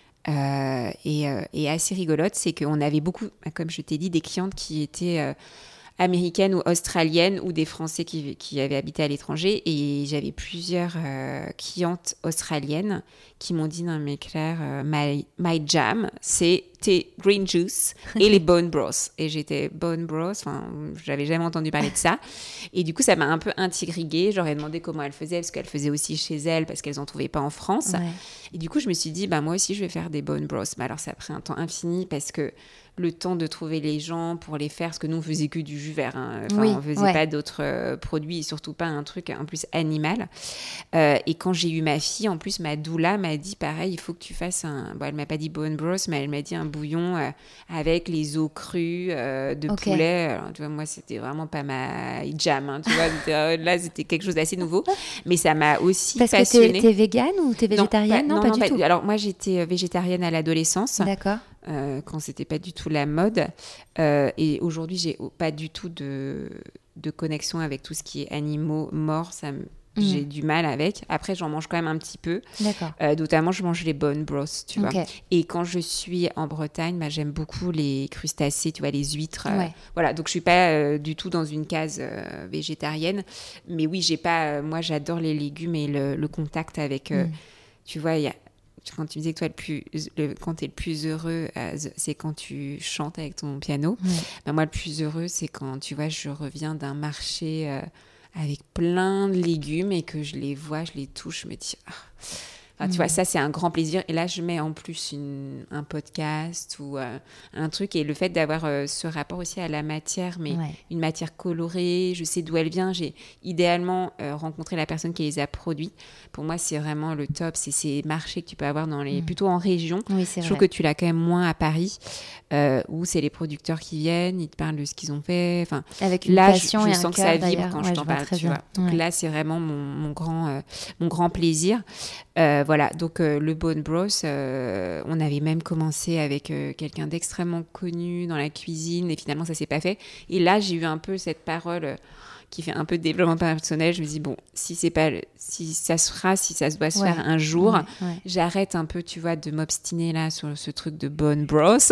euh, est, euh, est assez rigolote. C'est qu'on avait beaucoup, comme je t'ai dit, des clientes qui étaient... Euh, américaines ou australiennes, ou des Français qui, qui avaient habité à l'étranger. Et j'avais plusieurs euh, clientes australiennes qui m'ont dit, non mais Claire, euh, my, my jam, c'est tes green juice et les bone broth. Et j'étais bone broth, enfin, j'avais jamais entendu parler de ça. Et du coup, ça m'a un peu intriguée. J'aurais demandé comment elles faisaient, parce qu'elles faisaient aussi chez elles, parce qu'elles n'en trouvaient pas en France. Ouais. Et du coup, je me suis dit, bah, moi aussi, je vais faire des bone broth. Mais alors, ça a pris un temps infini, parce que le temps de trouver les gens pour les faire, parce que nous, on faisait que du jus vert. Hein. Enfin, oui, on faisait ouais. pas d'autres euh, produits, et surtout pas un truc en plus animal. Euh, et quand j'ai eu ma fille, en plus, ma doula m'a dit, pareil, il faut que tu fasses un... Bon, elle m'a pas dit bone broth, mais elle m'a dit un bouillon euh, avec les os crus euh, de okay. poulet. Alors, tu vois, moi, c'était vraiment pas ma jam. Hein, tu vois, c'était, là, c'était quelque chose d'assez nouveau. Mais ça m'a aussi Parce passionnée. Parce que t'es, t'es végane ou t'es végétarienne? Non, pas, non, non, pas, pas du tout. Alors, moi, j'étais végétarienne à l'adolescence. D'accord. Euh, quand c'était pas du tout la mode. Euh, et aujourd'hui, j'ai pas du tout de, de connexion avec tout ce qui est animaux morts. Ça me... Mmh. J'ai du mal avec. Après, j'en mange quand même un petit peu. D'accord. Euh, notamment, je mange les bone broths, tu okay. vois. Et quand je suis en Bretagne, bah, j'aime beaucoup les crustacés, tu vois, les huîtres. Euh, ouais. Voilà, donc je suis pas euh, du tout dans une case euh, végétarienne. Mais oui, j'ai pas... Euh, moi, j'adore les légumes et le, le contact avec... Euh, mmh. Tu vois, il y a... Quand tu me disais que toi, le plus, le, quand tu es le plus heureux, euh, c'est quand tu chantes avec ton piano. Mmh. Ben moi, le plus heureux, c'est quand, tu vois, je reviens d'un marché euh, avec plein de légumes et que je les vois, je les touche, je me dis... Ah. Enfin, mmh. Tu vois, ça, c'est un grand plaisir. Et là, je mets en plus une, un podcast ou euh, un truc. Et le fait d'avoir euh, ce rapport aussi à la matière, mais ouais. une matière colorée, je sais d'où elle vient. J'ai idéalement euh, rencontré la personne qui les a produits. Pour moi, c'est vraiment le top. C'est ces marchés que tu peux avoir dans les, mmh. plutôt en région. Oui, c'est je vrai. trouve que tu l'as quand même moins à Paris, euh, où c'est les producteurs qui viennent, ils te parlent de ce qu'ils ont fait. Enfin, avec une là, passion je, je et sens un que cœur, ça vibre d'ailleurs. quand ouais, je t'en je parle. Tu vois. ouais. Donc là, c'est vraiment mon, mon, grand, euh, mon grand plaisir. Euh, voilà, donc euh, le bone broth, euh, on avait même commencé avec euh, quelqu'un d'extrêmement connu dans la cuisine et finalement ça s'est pas fait. Et là j'ai eu un peu cette parole euh, qui fait un peu de développement personnel. Je me dis bon, si c'est pas, si ça se fera, si ça se doit se ouais. faire un jour, ouais, ouais. j'arrête un peu, tu vois, de m'obstiner là sur ce truc de bone broth.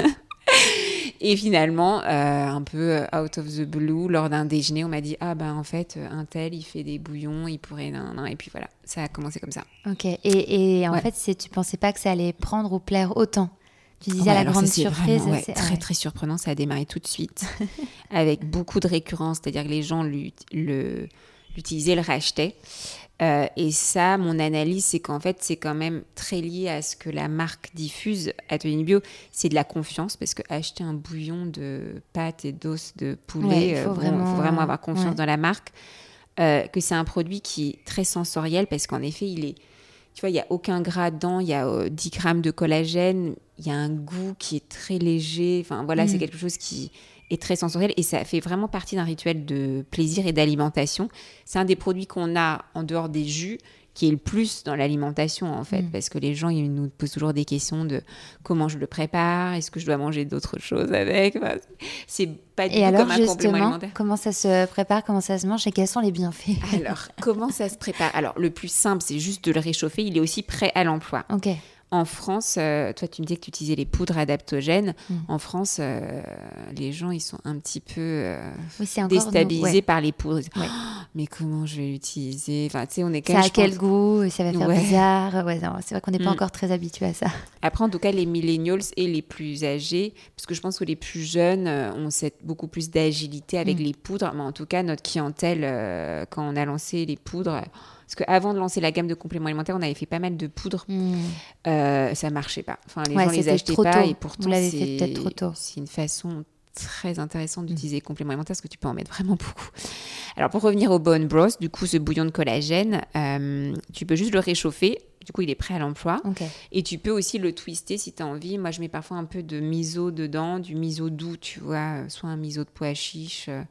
Et finalement, euh, un peu out of the blue, lors d'un déjeuner, on m'a dit « Ah ben en fait, un tel, il fait des bouillons, il pourrait... » Et puis voilà, ça a commencé comme ça. Ok, et, et en ouais. fait, c'est, tu pensais pas que ça allait prendre ou plaire autant? Tu disais ouais, à la grande c'est surprise. Vraiment, ouais, c'est... très ah ouais. très surprenant, ça a démarré tout de suite, avec beaucoup de récurrence, c'est-à-dire que les gens le, l'utilisaient, le rachetaient. Euh, et ça, mon analyse, c'est qu'en fait, c'est quand même très lié à ce que la marque diffuse. Atelier Nubio, c'est de la confiance, parce que acheter un bouillon de pâtes et d'os de poulet, il ouais, faut, euh, bon, vraiment... faut vraiment avoir confiance ouais. dans la marque. Euh, que c'est un produit qui est très sensoriel, parce qu'en effet, il est, tu vois, il n'y a aucun gras dedans, il y a euh, dix grammes de collagène, il y a un goût qui est très léger. Enfin, voilà, mmh. c'est quelque chose qui est très sensoriel et ça fait vraiment partie d'un rituel de plaisir et d'alimentation. C'est un des produits qu'on a en dehors des jus qui est le plus dans l'alimentation en fait, mmh. parce que les gens ils nous posent toujours des questions de comment je le prépare, est-ce que je dois manger d'autres choses avec, enfin, c'est pas du et tout alors, comme un complément alimentaire. Comment ça se prépare, comment ça se mange et quels sont les bienfaits? Alors, comment ça se prépare? Alors, le plus simple, c'est juste de le réchauffer, il est aussi prêt à l'emploi. Ok. En France, euh, toi, tu me disais que tu utilisais les poudres adaptogènes. Mmh. En France, euh, les gens, ils sont un petit peu euh, oui, déstabilisés ouais. par les poudres. Ouais. Oh, mais comment je vais l'utiliser? Enfin, tu sais, on est quand même. Ça a quel pense... goût? Ça va faire ouais. bizarre. Ouais, non, c'est vrai qu'on n'est pas mmh. encore très habitué à ça. Après, en tout cas, les millennials et les plus âgés, parce que je pense que les plus jeunes euh, ont cette, beaucoup plus d'agilité avec mmh. les poudres. Mais en tout cas, notre clientèle, euh, quand on a lancé les poudres. Parce qu'avant de lancer la gamme de compléments alimentaires, on avait fait pas mal de poudres. Mmh. Euh, ça ne marchait pas. Enfin, les ouais, gens ne les achetaient pas. Tôt. Et pourtant, c'est, fait peut-être trop tôt. C'est une façon très intéressante d'utiliser mmh. les compléments alimentaires parce que tu peux en mettre vraiment beaucoup. Alors, pour revenir au bone broth, du coup, ce bouillon de collagène, euh, tu peux juste le réchauffer. Du coup, il est prêt à l'emploi. Okay. Et tu peux aussi le twister si tu as envie. Moi, je mets parfois un peu de miso dedans, du miso doux, tu vois, soit un miso de pois chiche. Euh,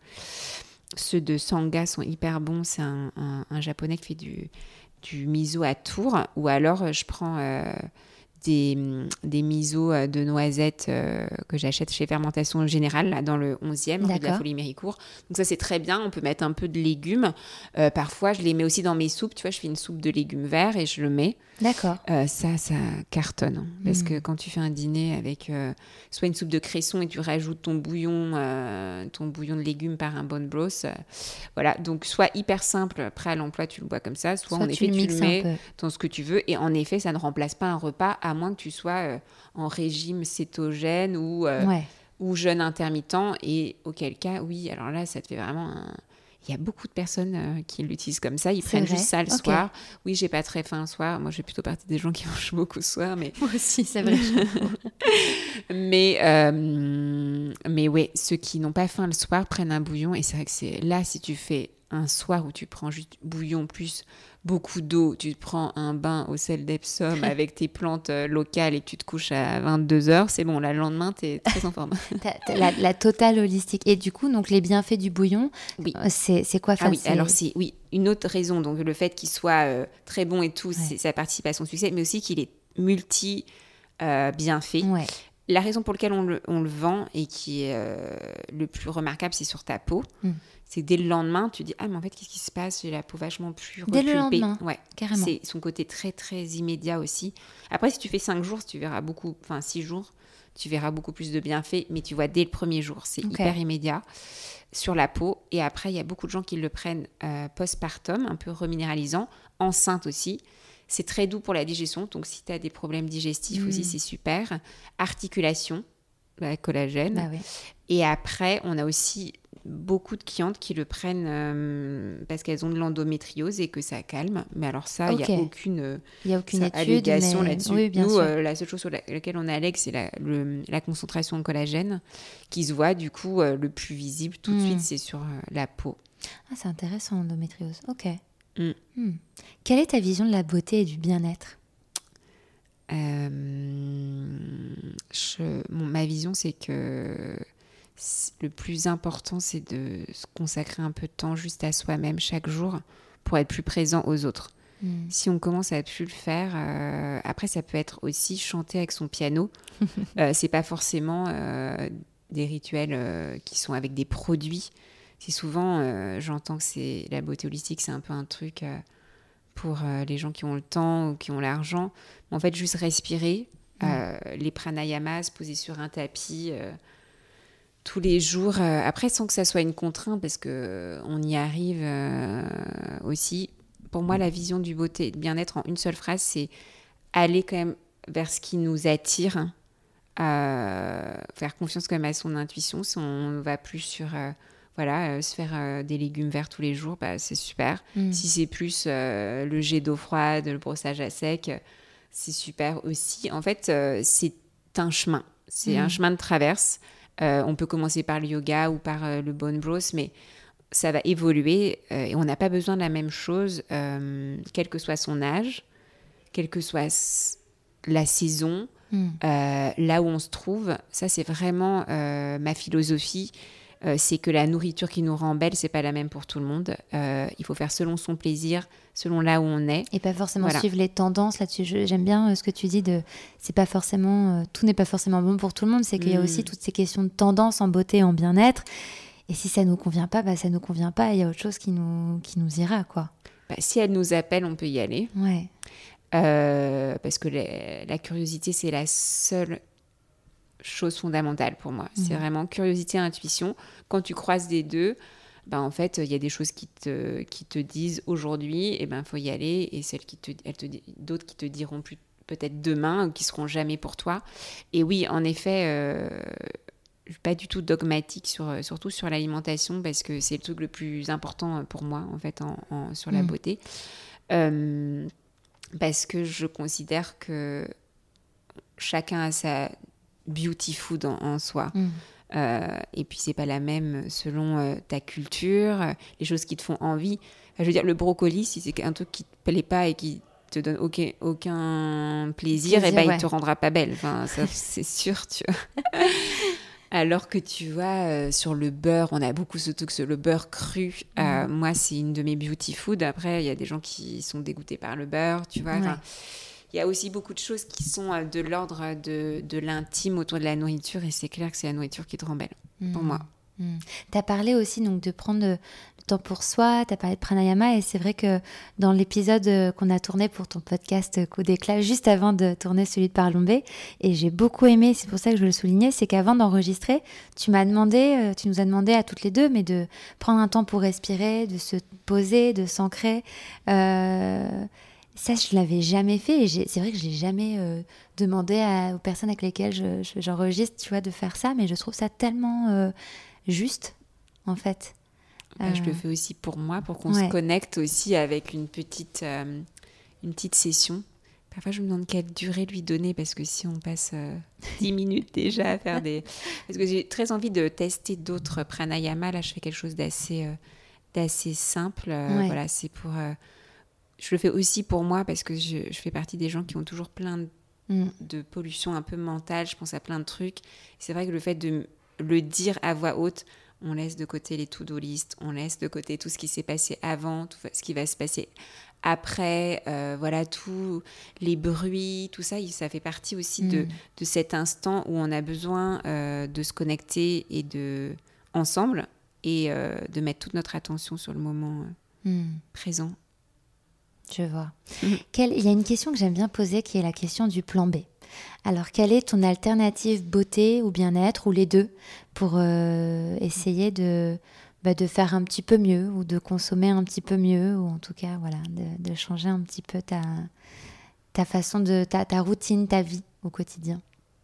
Ceux de Sanga sont hyper bons. C'est un, un, un japonais qui fait du, du miso à tours. Ou alors, je prends euh, des, des miso de noisettes euh, que j'achète chez Fermentation Générale, là, dans le onzième, rue de la Folie-Méricourt. Donc ça, c'est très bien. On peut mettre un peu de légumes. Euh, parfois, je les mets aussi dans mes soupes. Tu vois, je fais une soupe de légumes verts et je le mets. D'accord. Euh, ça, ça cartonne. Hein, parce mmh. que quand tu fais un dîner avec euh, soit une soupe de cresson et tu rajoutes ton bouillon, euh, ton bouillon de légumes par un bone broth, euh, voilà. Donc, soit hyper simple, prêt à l'emploi, tu le bois comme ça. Soit, soit en effet, tu le mets dans ce que tu veux. Et en effet, ça ne remplace pas un repas, à moins que tu sois euh, en régime cétogène ou, euh, ouais. ou jeûne intermittent. Et auquel cas, oui, alors là, ça te fait vraiment un... Il y a beaucoup de personnes euh, qui l'utilisent comme ça. Ils c'est prennent vrai. Juste ça le okay. soir. Oui, j'ai pas très faim le soir. Moi, je fais plutôt partie des gens qui mangent beaucoup le soir. Mais... Moi aussi, c'est vrai. mais, euh, mais ouais, ceux qui n'ont pas faim le soir prennent un bouillon. Et c'est vrai que c'est là, si tu fais un soir où tu prends juste bouillon plus beaucoup d'eau, tu te prends un bain au sel d'Epsom avec tes plantes euh, locales et que tu te couches à vingt-deux heures, c'est bon, là, le lendemain, tu es très en forme. la, la totale holistique. Et du coup, donc, les bienfaits du bouillon, oui. c'est, c'est quoi? Ah oui, c'est... alors c'est oui, une autre raison, donc le fait qu'il soit euh, très bon et tout, ouais. c'est, ça participe à son succès, mais aussi qu'il est multi-bienfaits. Euh, ouais. La raison pour laquelle on le, on le vend et qui est euh, le plus remarquable, c'est sur ta peau. Mm. C'est dès le lendemain, tu dis « Ah, mais en fait, qu'est-ce qui se passe? J'ai la peau vachement plus repulpée. » Dès le lendemain, ouais, carrément. C'est son côté très, très immédiat aussi. Après, si tu fais cinq jours, tu verras beaucoup... Enfin, six jours, tu verras beaucoup plus de bienfaits. Mais tu vois, dès le premier jour, c'est okay. hyper immédiat sur la peau. Et après, il y a beaucoup de gens qui le prennent euh, postpartum, un peu reminéralisant, enceinte aussi. C'est très doux pour la digestion. Donc, si tu as des problèmes digestifs mmh. aussi, c'est super. Articulation, bah, collagène. Bah oui. Et après, on a aussi... beaucoup de clientes qui le prennent euh, parce qu'elles ont de l'endométriose et que ça calme. Mais alors ça, il okay. n'y a aucune, y a aucune ça, étude, allégation mais... là-dessus. Oui, bien Nous, sûr. Euh, la seule chose sur la, laquelle on allègue, c'est la, le, la concentration en collagène qui se voit. Du coup, euh, le plus visible tout de mm. suite, c'est sur euh, la peau. Ah, c'est intéressant, l'endométriose. Ok. Mm. Mm. Quelle est ta vision de la beauté et du bien-être? euh, je, bon, Ma vision, c'est que... Le plus important, c'est de se consacrer un peu de temps juste à soi-même chaque jour pour être plus présent aux autres. Mmh. Si on commence à plus le faire, euh, après ça peut être aussi chanter avec son piano. euh, c'est pas forcément euh, des rituels euh, qui sont avec des produits. C'est souvent, euh, j'entends que c'est la beauté holistique, c'est un peu un truc euh, pour euh, les gens qui ont le temps ou qui ont l'argent. En fait, juste respirer, mmh. euh, les pranayamas, se poser sur un tapis. Euh, tous les jours, euh, après sans que ça soit une contrainte parce qu'on euh, y arrive euh, aussi. Pour moi, la vision du beauté et du bien-être en une seule phrase, c'est aller quand même vers ce qui nous attire, euh, faire confiance quand même à son intuition. Si on va plus sur, euh, voilà, euh, se faire euh, des légumes verts tous les jours, bah, c'est super. Mmh. Si c'est plus euh, le jet d'eau froide, le brossage à sec, c'est super aussi. En fait, euh, c'est un chemin. C'est mmh. un chemin de traverse. Euh, on peut commencer par le yoga ou par euh, le bone broth, mais ça va évoluer euh, et on n'a pas besoin de la même chose, euh, quel que soit son âge, quelle que soit s- la saison, mm. euh, là où on se trouve. Ça, c'est vraiment euh, ma philosophie. Euh, c'est que la nourriture qui nous rend belle, c'est pas la même pour tout le monde. Euh, il faut faire selon son plaisir, selon là où on est. Et pas forcément voilà. suivre les tendances là-dessus. Je, j'aime bien euh, ce que tu dis de, c'est pas forcément, euh, tout n'est pas forcément bon pour tout le monde. C'est qu'il mm. y a aussi toutes ces questions de tendance en beauté et en bien-être. Et si ça nous convient pas, bah ça nous convient pas. Il y a autre chose qui nous, qui nous ira, quoi. Bah, si elle nous appelle, on peut y aller. Ouais. Euh, parce que la, la curiosité, c'est la seule chose fondamentale pour moi. Mmh. C'est vraiment curiosité et intuition. Quand tu croises les deux, ben en fait, il y a des choses qui te, qui te disent aujourd'hui, et ben faut y aller, et celles qui te, elles te, d'autres qui te diront plus, peut-être demain, ou qui seront jamais pour toi. Et oui, en effet, euh, je suis pas du tout dogmatique, sur, surtout sur l'alimentation, parce que c'est le truc le plus important pour moi, en fait, en, en, sur la mmh. beauté. Euh, parce que je considère que chacun a sa beauty food en, en soi. Mmh. Euh, et puis, c'est pas la même selon euh, ta culture, les choses qui te font envie. Enfin, je veux dire, le brocoli, si c'est un truc qui te plaît pas et qui te donne aucun, aucun plaisir, plaisir et ben, ouais. il te rendra pas belle. Enfin, ça, c'est sûr, tu vois. Alors que tu vois, euh, sur le beurre, on a beaucoup ce truc, le beurre cru. Mmh. Euh, moi, c'est une de mes beauty food. Après, il y a des gens qui sont dégoûtés par le beurre, tu vois. Ouais. Il y a aussi beaucoup de choses qui sont euh, de l'ordre de, de l'intime autour de la nourriture. Et c'est clair que c'est la nourriture qui te rend belle, mmh. pour moi. Mmh. Tu as parlé aussi donc, de prendre le temps pour soi, tu as parlé de pranayama, et c'est vrai que dans l'épisode qu'on a tourné pour ton podcast Coup d'éclat, juste avant de tourner celui de Parlombé, et j'ai beaucoup aimé, c'est pour ça que je veux le souligner, c'est qu'avant d'enregistrer, tu m'as demandé, tu nous as demandé à toutes les deux, mais de prendre un temps pour respirer, de se poser, de s'ancrer. Euh, ça, je ne l'avais jamais fait, et j'ai, c'est vrai que je ne l'ai jamais euh, demandé à, aux personnes avec lesquelles je, je, j'enregistre, tu vois, de faire ça, mais je trouve ça tellement euh, juste, en fait. Bah, euh... Je le fais aussi pour moi, pour qu'on ouais. se connecte aussi avec une petite, euh, une petite session. Parfois, je me demande quelle durée lui donner, parce que si on passe euh, dix minutes déjà à faire des... Parce que j'ai très envie de tester d'autres pranayama. Là, je fais quelque chose d'assez, euh, d'assez simple. Euh, ouais. Voilà, c'est pour... Euh... Je le fais aussi pour moi, parce que je, je fais partie des gens qui ont toujours plein de, mm. de pollution un peu mentale. Je pense à plein de trucs. C'est vrai que le fait de le dire à voix haute, on laisse de côté les to-do list, on laisse de côté tout ce qui s'est passé avant, tout ce qui va se passer après, euh, voilà, tous les bruits, tout ça, ça fait partie aussi mmh. de, de cet instant où on a besoin euh, de se connecter et de, ensemble, et euh, de mettre toute notre attention sur le moment euh, mmh. présent. Je vois. Mmh. Quelle, il y a une question que j'aime bien poser, qui est la question du plan B. Alors, quelle est ton alternative beauté ou bien-être, ou les deux, pour euh, essayer de, bah, de faire un petit peu mieux, ou de consommer un petit peu mieux, ou en tout cas, voilà, de, de changer un petit peu ta, ta façon de, ta, ta routine, ta vie au quotidien?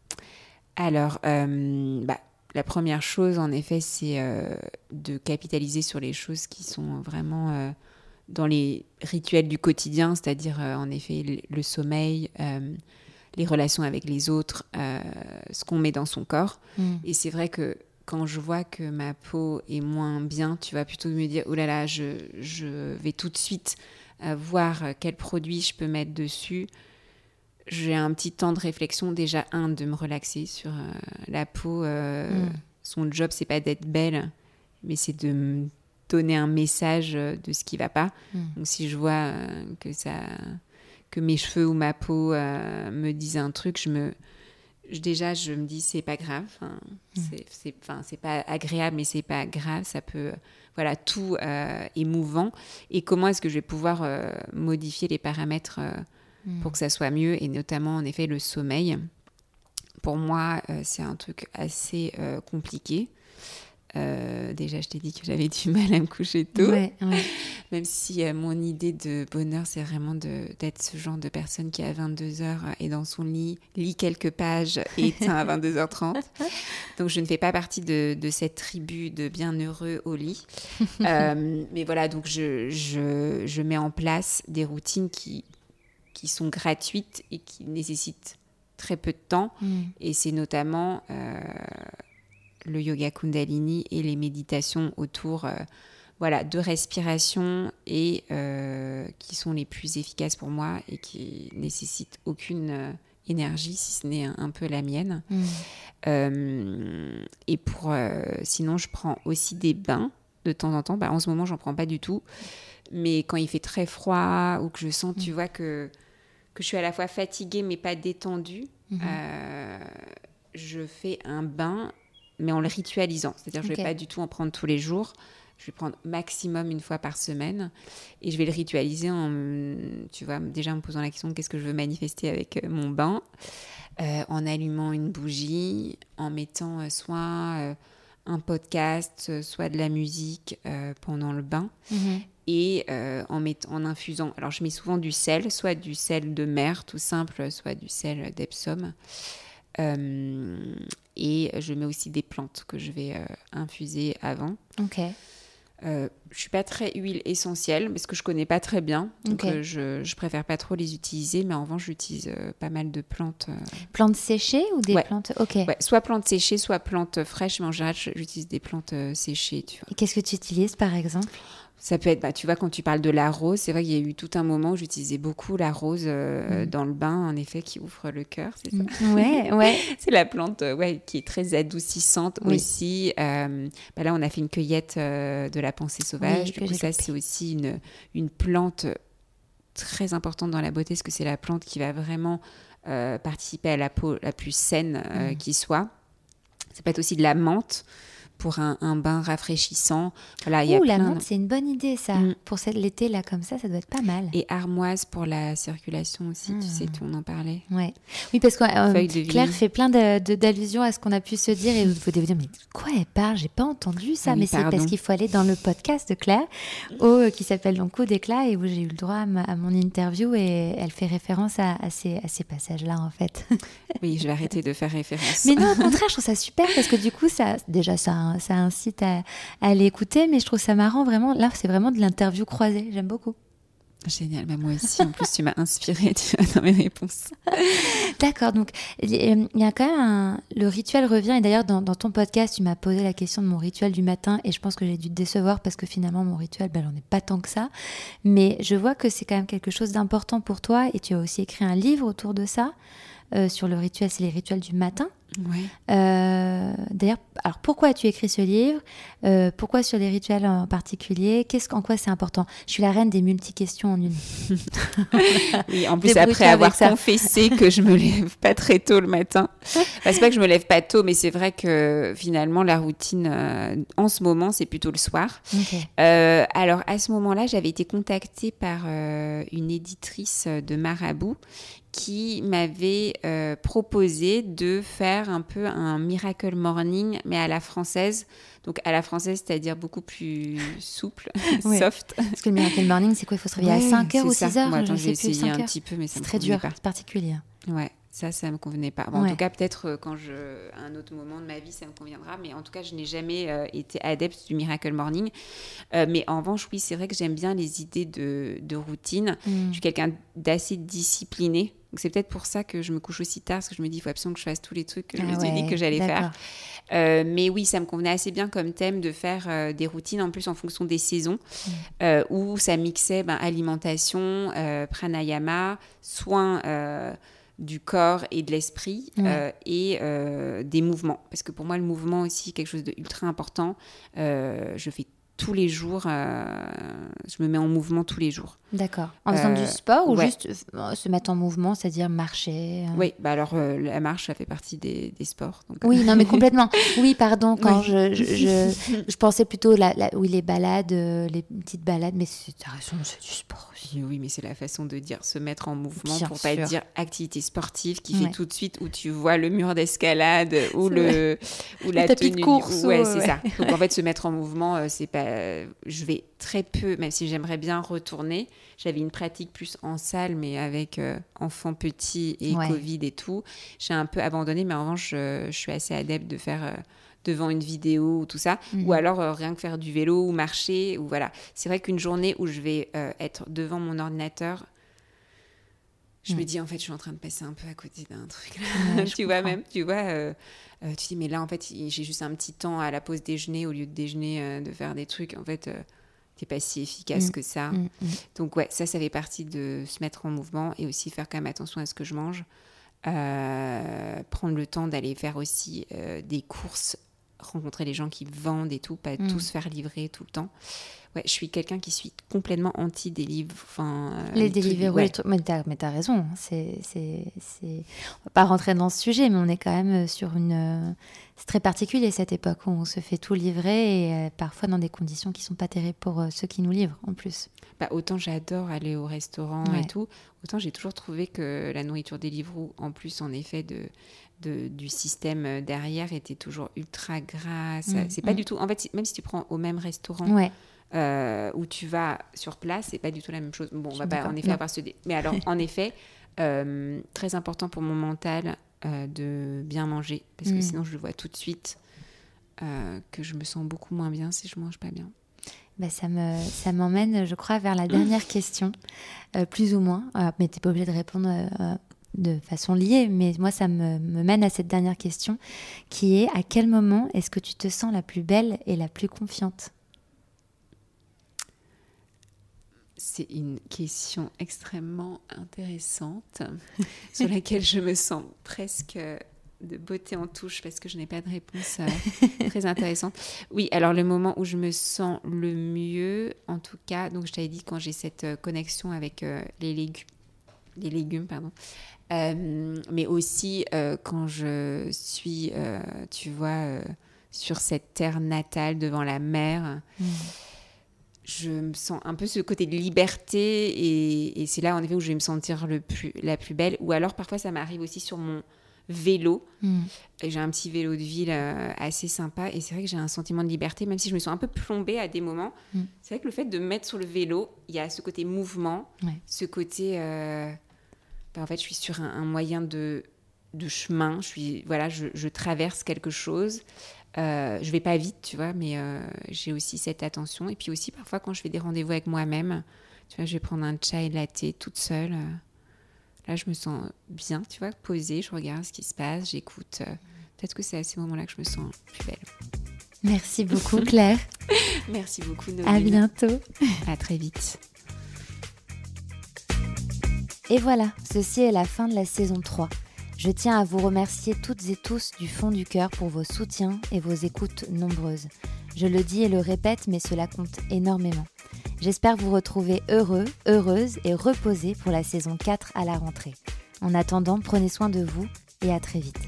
Alors, euh, bah, la première chose, en effet, c'est euh, de capitaliser sur les choses qui sont vraiment euh, dans les rituels du quotidien, c'est-à-dire, euh, en effet, le, le sommeil, euh, les relations avec les autres, euh, ce qu'on met dans son corps. Mmh. Et c'est vrai que quand je vois que ma peau est moins bien, tu vas plutôt me dire « Oh là là, je, je vais tout de suite euh, voir quel produit je peux mettre dessus ». J'ai un petit temps de réflexion, déjà, un, de me relaxer sur euh, la peau. Euh, mmh. Son job, c'est pas d'être belle, mais c'est de me donner un message de ce qui ne va pas. Mmh. Donc, si je vois euh, que, ça, que mes cheveux ou ma peau euh, me disent un truc, je me, je, déjà, je me dis, c'est pas grave. Hein, mmh. c'est, c'est, enfin, c'est pas agréable, mais c'est pas grave. Ça peut... Voilà, tout euh, est mouvant. Et comment est-ce que je vais pouvoir euh, modifier les paramètres euh, mmh. pour que ça soit mieux, et notamment, en effet, le sommeil. Pour moi, euh, c'est un truc assez euh, compliqué. Euh, déjà, je t'ai dit que j'avais du mal à me coucher tôt. Ouais, ouais. Même si euh, mon idée de bonheur, c'est vraiment de, d'être ce genre de personne qui, à vingt-deux heures, est dans son lit, lit quelques pages et éteint à vingt-deux heures trente. Donc, je ne fais pas partie de, de cette tribu de bienheureux au lit. euh, mais voilà, donc je, je, je mets en place des routines qui, qui sont gratuites et qui nécessitent très peu de temps. Mmh. Et c'est notamment... Euh, le yoga Kundalini et les méditations autour euh, voilà, de respiration et euh, qui sont les plus efficaces pour moi et qui nécessitent aucune euh, énergie, si ce n'est un, un peu la mienne. Mmh. Euh, et pour, euh, sinon, je prends aussi des bains de temps en temps. Bah, en ce moment, j'en prends pas du tout. Mais quand il fait très froid ou que je sens, mmh. tu vois, que, que je suis à la fois fatiguée mais pas détendue, mmh. euh, je fais un bain, mais en le ritualisant. C'est-à-dire que okay. je ne vais pas du tout en prendre tous les jours. Je vais prendre maximum une fois par semaine. Et je vais le ritualiser en, tu vois, déjà en me posant la question de qu'est-ce que je veux manifester avec mon bain, euh, en allumant une bougie, en mettant euh, soit euh, un podcast, soit de la musique euh, pendant le bain. Mm-hmm. Et euh, en, met, en infusant. Alors, je mets souvent du sel, soit du sel de mer, tout simple, soit du sel d'Epsom. Euh, et je mets aussi des plantes que je vais euh, infuser avant. Ok. Euh, je suis pas très huile essentielle parce que je connais pas très bien, donc okay. euh, je je préfère pas trop les utiliser, mais en revanche j'utilise euh, pas mal de plantes. Euh... Plantes séchées ou des ouais. plantes Ok. Ouais, soit plantes séchées, soit plantes fraîches, mais en général j'utilise des plantes euh, séchées. Tu vois. Et qu'est-ce que tu utilises par exemple ? Ça peut être, bah, tu vois, quand tu parles de la rose, c'est vrai qu'il y a eu tout un moment où j'utilisais beaucoup la rose euh, mmh. dans le bain, en effet, qui ouvre le cœur, c'est ça ? Ouais, ouais. C'est la plante euh, ouais, qui est très adoucissante oui. aussi. Euh, bah là, on a fait une cueillette euh, de la pensée sauvage. Oui, du coup, ça, c'est aussi une, une plante très importante dans la beauté, parce que c'est la plante qui va vraiment euh, participer à la peau la plus saine euh, mmh. qui soit. Ça peut être aussi de la menthe, pour un, un bain rafraîchissant. Voilà, il y a Ouh, plein la menthe, de... c'est une bonne idée, ça. Mm. Pour cette, l'été, là, comme ça, ça doit être pas mal. Et armoise pour la circulation aussi, mm. tu sais, tout, on en parlait. Ouais. Oui, parce que euh, Claire fait plein de, de, d'allusions à ce qu'on a pu se dire, et vous devez dire, mais quoi elle parle ? J'ai pas entendu ça. Ah, mais, mais c'est parce qu'il faut aller dans le podcast de Claire, au, qui s'appelle donc Coup d'éclat, et où j'ai eu le droit à, ma, à mon interview, et elle fait référence à, à, ces, à ces passages-là, en fait. Oui, je vais arrêter de faire référence. Mais non, au contraire, je trouve ça super, parce que du coup, ça, déjà, ça ça incite à, à l'écouter, mais je trouve ça marrant vraiment. Là, c'est vraiment de l'interview croisée. J'aime beaucoup. Génial, bah moi aussi. En plus, tu m'as inspirée dans mes réponses. D'accord, donc il y a quand même un... Le rituel revient, et d'ailleurs, dans, dans ton podcast, tu m'as posé la question de mon rituel du matin, et je pense que j'ai dû te décevoir parce que finalement, mon rituel, ben, j'en ai pas tant que ça. Mais je vois que c'est quand même quelque chose d'important pour toi, et tu as aussi écrit un livre autour de ça, euh, sur le rituel, c'est les rituels du matin. Ouais. Euh, d'ailleurs, alors pourquoi as-tu écrit ce livre ? euh, Pourquoi sur les rituels en particulier ? Qu'est-ce, en quoi c'est important ? Je suis la reine des multi-questions en une. Oui, en plus, après avoir confessé que je me lève pas très tôt le matin. Enfin, c'est pas que je me lève pas tôt, mais c'est vrai que finalement, la routine, euh, en ce moment, c'est plutôt le soir. Okay. Euh, alors, à ce moment-là, j'avais été contactée par euh, une éditrice de Marabout qui m'avait euh, proposé de faire un peu un Miracle Morning, mais à la française. Donc, à la française, c'est-à-dire beaucoup plus souple, ouais. soft. Parce que le Miracle Morning, c'est quoi ? Il faut se réveiller ouais, à cinq heures ou six heures ? Bon, attends, je j'ai sais essayé plus, un petit peu, mais ça c'est me très dur, pas. C'est particulier. Ouais, ça, ça me convenait pas. Bon, ouais. En tout cas, peut-être quand je, à un autre moment de ma vie, ça me conviendra. Mais en tout cas, je n'ai jamais euh, été adepte du Miracle Morning. Euh, mais en revanche, oui, c'est vrai que j'aime bien les idées de, de routine. Mm. Je suis quelqu'un d'assez discipliné. Donc, c'est peut-être pour ça que je me couche aussi tard, parce que je me dis, il faut absolument que je fasse tous les trucs que je ah me suis ouais, dit que j'allais d'accord. faire. Euh, mais oui, ça me convenait assez bien comme thème de faire euh, des routines, en plus en fonction des saisons, mmh. euh, où ça mixait ben, alimentation, euh, pranayama, soins euh, du corps et de l'esprit, mmh. euh, et euh, des mouvements. Parce que pour moi, le mouvement aussi, quelque chose d'ultra important. Euh, je fais tous les jours, euh, je me mets en mouvement tous les jours. D'accord. En faisant euh, du sport ou ouais. juste euh, se mettre en mouvement, c'est-à-dire marcher euh... Oui, bah alors euh, la marche, ça fait partie des, des sports. Donc... Oui, non, mais complètement. Oui, pardon, quand oui. je, je, je, je pensais plutôt, la, la, oui, les balades, euh, les petites balades, mais t'as raison, c'est du sport aussi. Oui, mais c'est la façon de dire se mettre en mouvement Bien pour sûr. pas dire activité sportive qui ouais. fait tout de suite où tu vois le mur d'escalade ou, le, ou la tapis tenue. de course. Ouais, ou... c'est ouais. ça. Donc en fait, se mettre en mouvement, euh, c'est pas. Euh, je vais très peu, même si j'aimerais bien retourner. J'avais une pratique plus en salle, mais avec euh, enfants petits et ouais. Covid et tout. J'ai un peu abandonné, mais en revanche, je, je suis assez adepte de faire euh, devant une vidéo ou tout ça. Mmh. Ou alors euh, rien que faire du vélo ou marcher. Ou voilà. C'est vrai qu'une journée où je vais euh, être devant mon ordinateur, je mmh. me dis, en fait, je suis en train de passer un peu à côté d'un truc. Là. Ouais, tu vois, même, tu vois, euh, euh, tu dis, mais là, en fait, j'ai juste un petit temps à la pause déjeuner au lieu de déjeuner, euh, de faire des trucs. En fait... Euh, t'es pas si efficace mmh. que ça. Mmh. Donc ouais, ça, ça fait partie de se mettre en mouvement et aussi faire quand même attention à ce que je mange. Euh, prendre le temps d'aller faire aussi euh, des courses, rencontrer les gens qui vendent et tout, pas mmh. tous faire livrer tout le temps. Ouais, je suis quelqu'un qui suis complètement anti des livres. Enfin, les Deliveroo, ouais. mais t'as, mais t'as raison. C'est, c'est, c'est... On va pas rentrer dans ce sujet, mais on est quand même sur une... C'est très particulier cette époque où on se fait tout livrer et euh, parfois dans des conditions qui sont pas terribles pour euh, ceux qui nous livrent en plus. Bah, autant j'adore aller au restaurant ouais. et tout, autant j'ai toujours trouvé que la nourriture Deliveroo, en plus en effet de... De, du système derrière, était toujours ultra grasse. Mmh, c'est pas mmh. du tout... En fait, même si tu prends au même restaurant... Ouais. Euh, où tu vas sur place, c'est pas du tout la même chose. Bon, on va pas en effet non. avoir ce dé... mais alors en effet euh, très important pour mon mental euh, de bien manger parce que mmh. sinon je le vois tout de suite euh, que je me sens beaucoup moins bien si je mange pas bien. Bah, ça, me, ça m'emmène, je crois, vers la dernière question, euh, plus ou moins. Euh, mais t'es pas obligée de répondre euh, de façon liée, mais moi ça me, me mène à cette dernière question qui est: à quel moment est-ce que tu te sens la plus belle et la plus confiante? C'est une question extrêmement intéressante sur laquelle je me sens presque de beauté en touche parce que je n'ai pas de réponse euh, très intéressante. Oui, alors le moment où je me sens le mieux, en tout cas, donc je t'avais dit quand j'ai cette connexion avec euh, les légumes, les légumes, pardon, euh, mais aussi euh, quand je suis, euh, tu vois, euh, sur cette terre natale devant la mer. Mmh. Je me sens un peu ce côté de liberté et, et c'est là en effet où je vais me sentir le plus, la plus belle. Ou alors parfois ça m'arrive aussi sur mon vélo. Mm. J'ai un petit vélo de ville euh, assez sympa et c'est vrai que j'ai un sentiment de liberté même si je me sens un peu plombée à des moments. Mm. C'est vrai que le fait de me mettre sur le vélo, il y a ce côté mouvement, ouais. ce côté... Euh, ben en fait je suis sur un, un moyen de, de chemin, je, suis, voilà, je, je traverse quelque chose. Euh, je vais pas vite, tu vois, mais euh, j'ai aussi cette attention. Et puis aussi, parfois, quand je fais des rendez-vous avec moi-même, tu vois, je vais prendre un chai latte toute seule. Euh, là, je me sens bien, tu vois, posée. Je regarde ce qui se passe, j'écoute. Euh, peut-être que c'est à ces moments-là que je me sens plus belle. Merci beaucoup, Claire. Merci beaucoup, Noémie. À bientôt. À très vite. Et voilà, ceci est la fin de la saison trois. Je tiens à vous remercier toutes et tous du fond du cœur pour vos soutiens et vos écoutes nombreuses. Je le dis et le répète, mais cela compte énormément. J'espère vous retrouver heureux, heureuse et reposés pour la saison quatre à la rentrée. En attendant, prenez soin de vous et à très vite.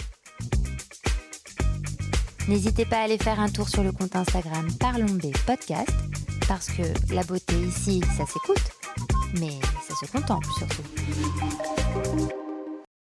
N'hésitez pas à aller faire un tour sur le compte Instagram Parlons B Podcast, parce que la beauté ici, ça s'écoute, mais ça se contemple surtout.